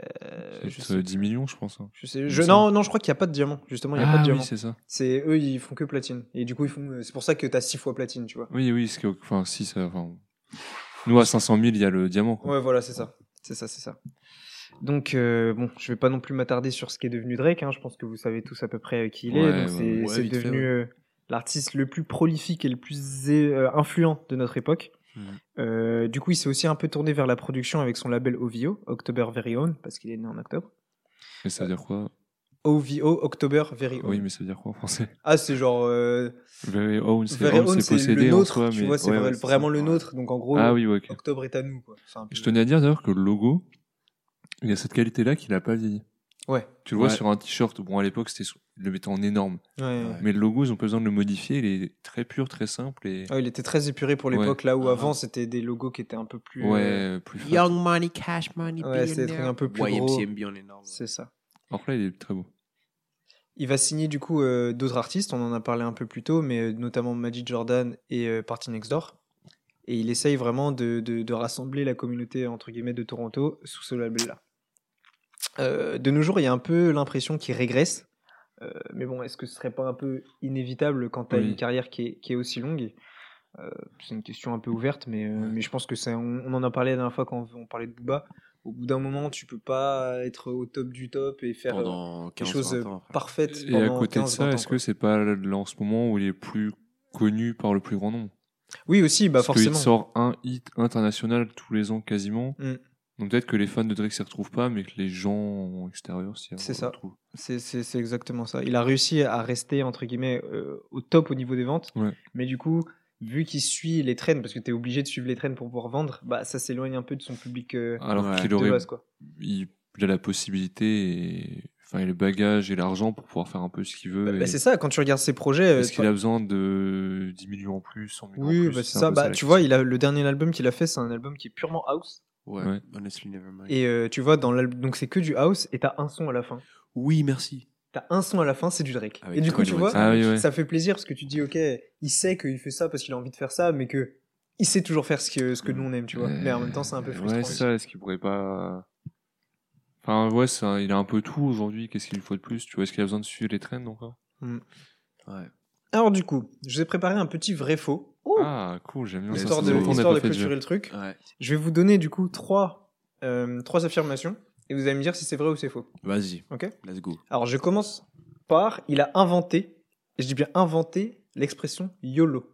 C'est je peut-être, sais, euh, dix millions, je pense. hein. je sais, il je, me non, non, je crois qu'il n'y a pas de diamant. Justement, il n'y a ah pas de oui, diamant. c'est ça. C'est eux, ils font que platine. Et du coup, ils font. C'est pour ça que t'as six fois platine, tu vois. Oui, oui, ce que, enfin, si, ça, enfin, nous, à cinq cent mille, il y a le diamant, quoi. Ouais, voilà, c'est ça. C'est ça, c'est ça. Donc, euh, bon, je vais pas non plus m'attarder sur ce qui est devenu Drake. Hein. Je pense que vous savez tous à peu près euh, qui il est. Ouais, Donc, ouais, c'est ouais, c'est vite fait, devenu ouais. euh, l'artiste le plus prolifique et le plus euh, influent de notre époque. Mhm. Euh, du coup, il s'est aussi un peu tourné vers la production avec son label O V O, October Very Own, parce qu'il est né en octobre. Mais ça veut dire quoi? O V O, October Very Own. Oui, mais ça veut dire quoi en français? Ah, c'est genre. Euh, Very own, c'est Very own, Own, c'est c'est possédé le en nôtre, soi, tu mais vois, c'est ouais, vra- ouais, c'est vraiment ça. le nôtre. Donc, en gros, Ah oui, ouais, ok. Octobre est à nous, quoi. C'est un peu- Je tenais à dire d'ailleurs que le logo, il a cette qualité-là qu'il a pas vieilli. Ouais. Tu le vois Ouais. sur un t-shirt. Bon, à l'époque, c'était sous- ils le mettaient en énorme. Ouais, ouais. Mais le logo, ils ont pas besoin de le modifier. Il est très pur, très simple et Ah, il était très épuré pour Ouais. l'époque, là où Ah. avant c'était des logos qui étaient un peu plus. euh, ouais, plus fat. Young money, cash money, Ouais, c'est des trucs un peu plus Y M gros. C M B en énorme. C'est ça. Alors que là, il est très beau. Il va signer du coup euh, d'autres artistes, on en a parlé un peu plus tôt, mais euh, notamment Magic Jordan et euh, Party Next Door. Et il essaye vraiment de, de, de rassembler la communauté entre guillemets de Toronto sous ce label-là. Euh, de nos jours, il y a un peu l'impression qu'il régresse. Euh, mais bon, est-ce que ce serait pas un peu inévitable quand tu as Oui. une carrière qui est, qui est aussi longue? Euh, C'est une question un peu ouverte, mais, euh, mais je pense que ça, on, on en a parlé la dernière fois quand on parlait de Booba. Au bout d'un moment, tu peux pas être au top du top et faire euh, Pendant des quinze choses vingt ans après. parfaites Et à pendant côté de quinze ça, vingt ans, est-ce quoi. que c'est pas là en ce moment où il est plus connu par le plus grand nombre? Oui, aussi, bah Parce qu'il forcément. sort un hit international tous les ans quasiment. Mm. Donc peut-être que les fans de Drake s'y retrouvent pas, mais que les gens extérieurs s'y C'est ça. retrouvent. C'est c'est- c'est exactement ça. Il a réussi à rester, entre guillemets, euh, au top au niveau des ventes. Ouais. Mais du coup, vu qu'il suit les trends, parce que tu es obligé de suivre les trends pour pouvoir vendre, bah ça s'éloigne un peu de son public euh, Alors Ouais. qu'il de aurait, base, quoi. il, il a la possibilité, et, enfin, il a le bagage et l'argent pour pouvoir faire un peu ce qu'il veut. Bah, et- bah, c'est ça, quand tu regardes ses projets. euh, Est-ce qu'il a besoin de dix millions en plus, cent millions en Oui, plus? bah, c'est un ça. peu Bah, la tu question. vois, il a, le dernier album qu'il a fait, c'est un album qui est purement house. Ouais, Ouais. honestly, never mind. Et euh, tu vois, dans l'album, donc c'est que du house et t'as un son à la fin. Oui, merci. T'as un son à la fin, c'est du Drake. Avec et du coup, Twenty tu One vois, Ah oui, ouais. ça fait plaisir parce que tu te dis, ok, il sait qu'il fait ça parce qu'il a envie de faire ça, mais que il sait toujours faire ce que, ce que nous on aime, tu vois. Euh, Mais en même temps, c'est un peu frustrant. Ouais, c'est ça. Est-ce qu'il pourrait pas. Enfin, ouais, c'est un- il a un peu tout aujourd'hui. Qu'est-ce qu'il lui faut de plus? Tu vois, est-ce qu'il a besoin de suivre les trends encore? Ouais. Alors du coup, je vous ai préparé un petit vrai-faux, Ah, cool, j'aime bien ça. histoire Ça de, fait longtemps qu'on n'a histoire de pas fait de clôturer jeu. le truc. Ouais. Je vais vous donner du coup trois, euh, trois affirmations et vous allez me dire si c'est vrai ou c'est faux. Vas-y. Ok. Let's go. Alors je commence par, il a inventé, et je dis bien inventé, l'expression YOLO.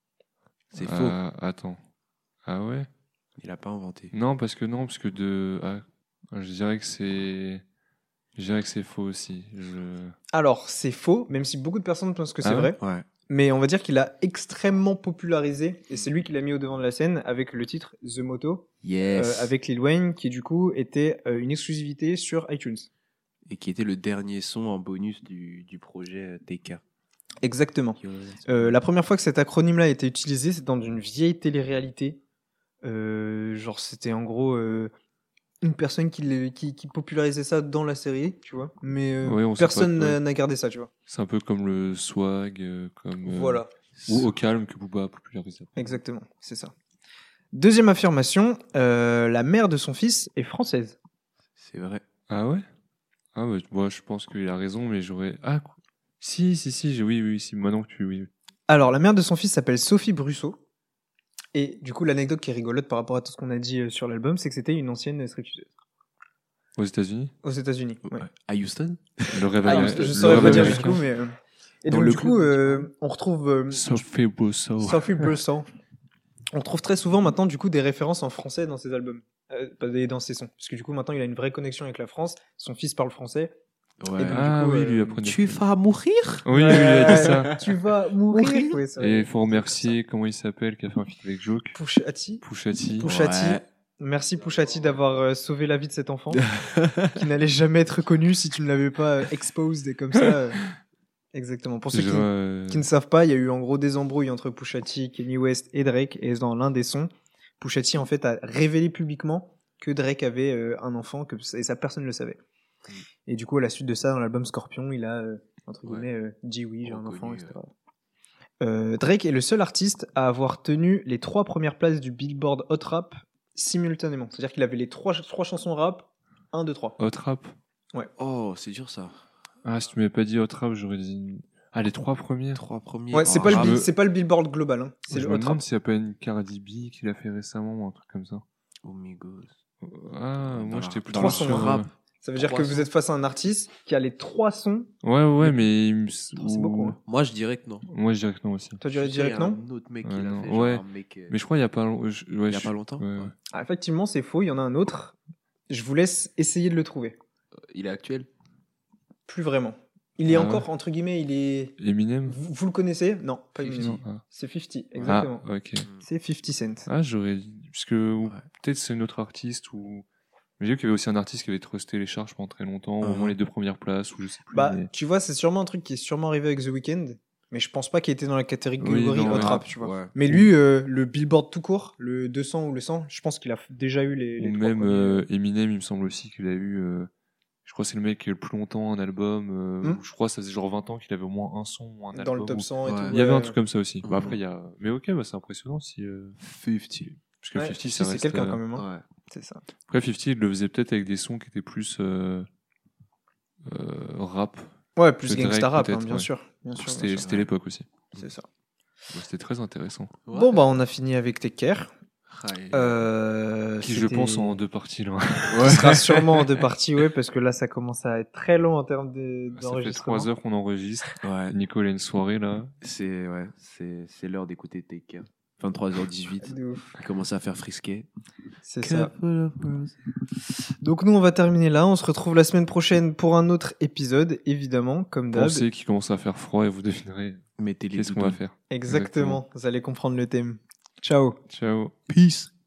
C'est Euh, Attends. Ah ouais? faux. Il a pas inventé. Non, parce que non, parce que de. Ah, je dirais que c'est. Je dirais que c'est faux aussi. Je... Alors c'est faux, même si beaucoup de personnes pensent que c'est Ah ouais vrai. Ouais. Mais on va dire qu'il a extrêmement popularisé, et c'est lui qui l'a mis au devant de la scène avec le titre The Moto, Yes. euh, avec Lil Wayne, qui du coup était euh, une exclusivité sur iTunes. Et qui était le dernier son en bonus du, du projet T K. Exactement. Euh, la première fois que cet acronyme-là a été utilisé, c'est dans une vieille télé-réalité. Euh, genre, c'était en gros euh, une personne qui, le- qui, qui popularisait ça dans la série, tu vois. Mais euh, Ouais, on sait personne pas, ouais. n'a n'a gardé ça, tu vois. C'est un peu comme le swag, euh, comme. euh, Voilà, Ou au calme que Booba a popularisé. exactement, c'est ça. Deuxième affirmation, euh, la mère de son fils est française. C'est vrai. Ah ouais? Ah bah, moi je pense qu'il a raison, mais j'aurais. Ah, quoi. Si, si, si, j'ai- oui, oui, si, maintenant que tu. Oui. Alors, la mère de son fils s'appelle Sophie Brusso. Et du coup, l'anecdote qui est rigolote par rapport à tout ce qu'on a dit euh, sur l'album, c'est que c'était une ancienne stripteaseuse Aux États-unis? aux États-Unis. Ouais. À Houston. Le rêve Alors, américain- je le saurais rêve pas dire américain. jusqu'où, mais. euh, Et Dans donc, le du coup, club, euh, on retrouve euh, Sophie Bosso. Sophie Brusso. On trouve très souvent maintenant, du coup, des références en français dans ses albums, euh, pas des- dans ses sons. Parce que du coup, maintenant, il a une vraie connexion avec la France. Son fils parle français. Ouais. Et donc, Ah du coup, oui, euh, lui apprenait. Tu vas mourir. Oui, oui, il a dit ça. Tu vas mourir. Oui, c'est vrai. Et il faut remercier, comment il s'appelle, qui a fait un feat avec Joke. Pouchati. Pouchati. Pouchati. Ouais. Merci Pouchati d'avoir euh, sauvé la vie de cet enfant qui n'allait jamais être connu si tu ne l'avais pas euh, exposed et comme ça. euh, Exactement. Pour ceux Je qui, vois, euh, qui ne savent pas, il y a eu en gros des embrouilles entre Pouchati, Kanye West et Drake. Et dans l'un des sons, Pouchati en fait a révélé publiquement que Drake avait euh, un enfant, que, et ça personne ne le savait. Et du coup, à la suite de ça, dans l'album Scorpion, il a euh, entre Ouais. guillemets euh, dit oui, j'ai un Reconnu, enfant, et cetera. ouais. Euh, Drake est le seul artiste à avoir tenu les trois premières places du Billboard Hot Rap simultanément. C'est-à-dire qu'il avait les trois, trois chansons rap un, deux, trois. Hot Rap. Oh, c'est dur ça. Ah, si tu m'avais pas dit Hot Rap, j'aurais dit. Ah, les trois premiers. Trois premiers. Ouais, c'est Oh, pas, le rap. bill- c'est pas le Billboard global, hein. c'est Je le me Hot Rap. demande s'il n'y a pas une Cardi B qu'il a fait récemment ou un truc comme ça. Oh my god. Ah, Dans moi la- j'étais plus dans trop le sur. rap. euh, Ça veut dire Trois que vous sons. êtes face à un artiste qui a les trois sons. Ouais, ouais, mais. il me- C'est ou- beaucoup, hein. Moi, je dirais que non. Moi je dirais que non aussi. Toi, tu dirais Je sais, il y direct a non un autre mec Ouais, qui l'a non. fait. genre Ouais. un mec, euh, Mais je crois il y a pas, long- je- ouais, Il y a je- pas longtemps. ouais, ouais. Ah, effectivement, c'est faux. Il y en a un autre. Je vous laisse essayer de le trouver. Il est actuel. Plus vraiment. Il est Ah encore, entre guillemets, il est. Eminem. Vous, vous le connaissez? Non, pas cinquante. Eminem. Ah. C'est cinquante, exactement. Ah, ok. C'est cinquante Cent. Ah, j'aurais dit. Parce que ou peut-être c'est une autre artiste ou. Mais j'ai vu qu'il y avait aussi un artiste qui avait trusté les charges pendant très longtemps, au Uh-huh. moins les deux premières places, ou je sais plus. Bah, mais- tu vois, c'est sûrement un truc qui est sûrement arrivé avec The Weeknd, mais je pense pas qu'il était dans la catégorie Oui, non, Hot ouais. Rap, tu vois. Ouais. Mais lui, euh, le Billboard tout court, le deux cents ou le cent, je pense qu'il a déjà eu les, les Ou trois même premiers. euh, Eminem, il me semble aussi qu'il a eu. euh, Je crois que c'est le mec qui a eu le plus longtemps un album. euh, Hmm. Je crois que ça faisait genre vingt ans qu'il avait au moins un son ou un dans album. le top ou- cent et Ouais. tout. Il y avait ouais. un truc comme ça aussi. Bah, Mhm. après, il y a. Mais ok, bah, c'est impressionnant si. euh, cinquante. Parce que Ouais, cinquante, si, ça c'est reste. quelqu'un euh, quand même. hein. Ouais. C'est ça. Après, cinquante, il le faisait peut-être avec des sons qui étaient plus. euh, euh, rap. Ouais, plus Drake, gangsta rap, hein, peut-être, bien ouais. sûr. Bien sûr, bien C'était sûr. c'était l'époque aussi. C'est ça. Bah, C'était très intéressant. Ouais. Bon, bah, on a fini avec Take Care. Ouais. Euh, Qui, je c'était- pense, en deux parties là. Qui sera sûrement en deux parties, ouais, parce que là, ça commence à être très long en termes de- Ça fait d'enregistrement. trois heures qu'on enregistre. Ouais. Nico, il a une soirée là. C'est ouais, c'est c'est l'heure d'écouter Take Care. vingt-trois heures dix-huit. De ouf. Il commence à faire frisquer. C'est ça. Donc nous, on va terminer là. On se retrouve la semaine prochaine pour un autre épisode, évidemment, comme d'hab. Pensez qu'il commence à faire froid et vous devinerez Mettez les qu'est-ce qu'on va faire. Exactement. Vous allez comprendre le thème. Ciao. Ciao. Peace.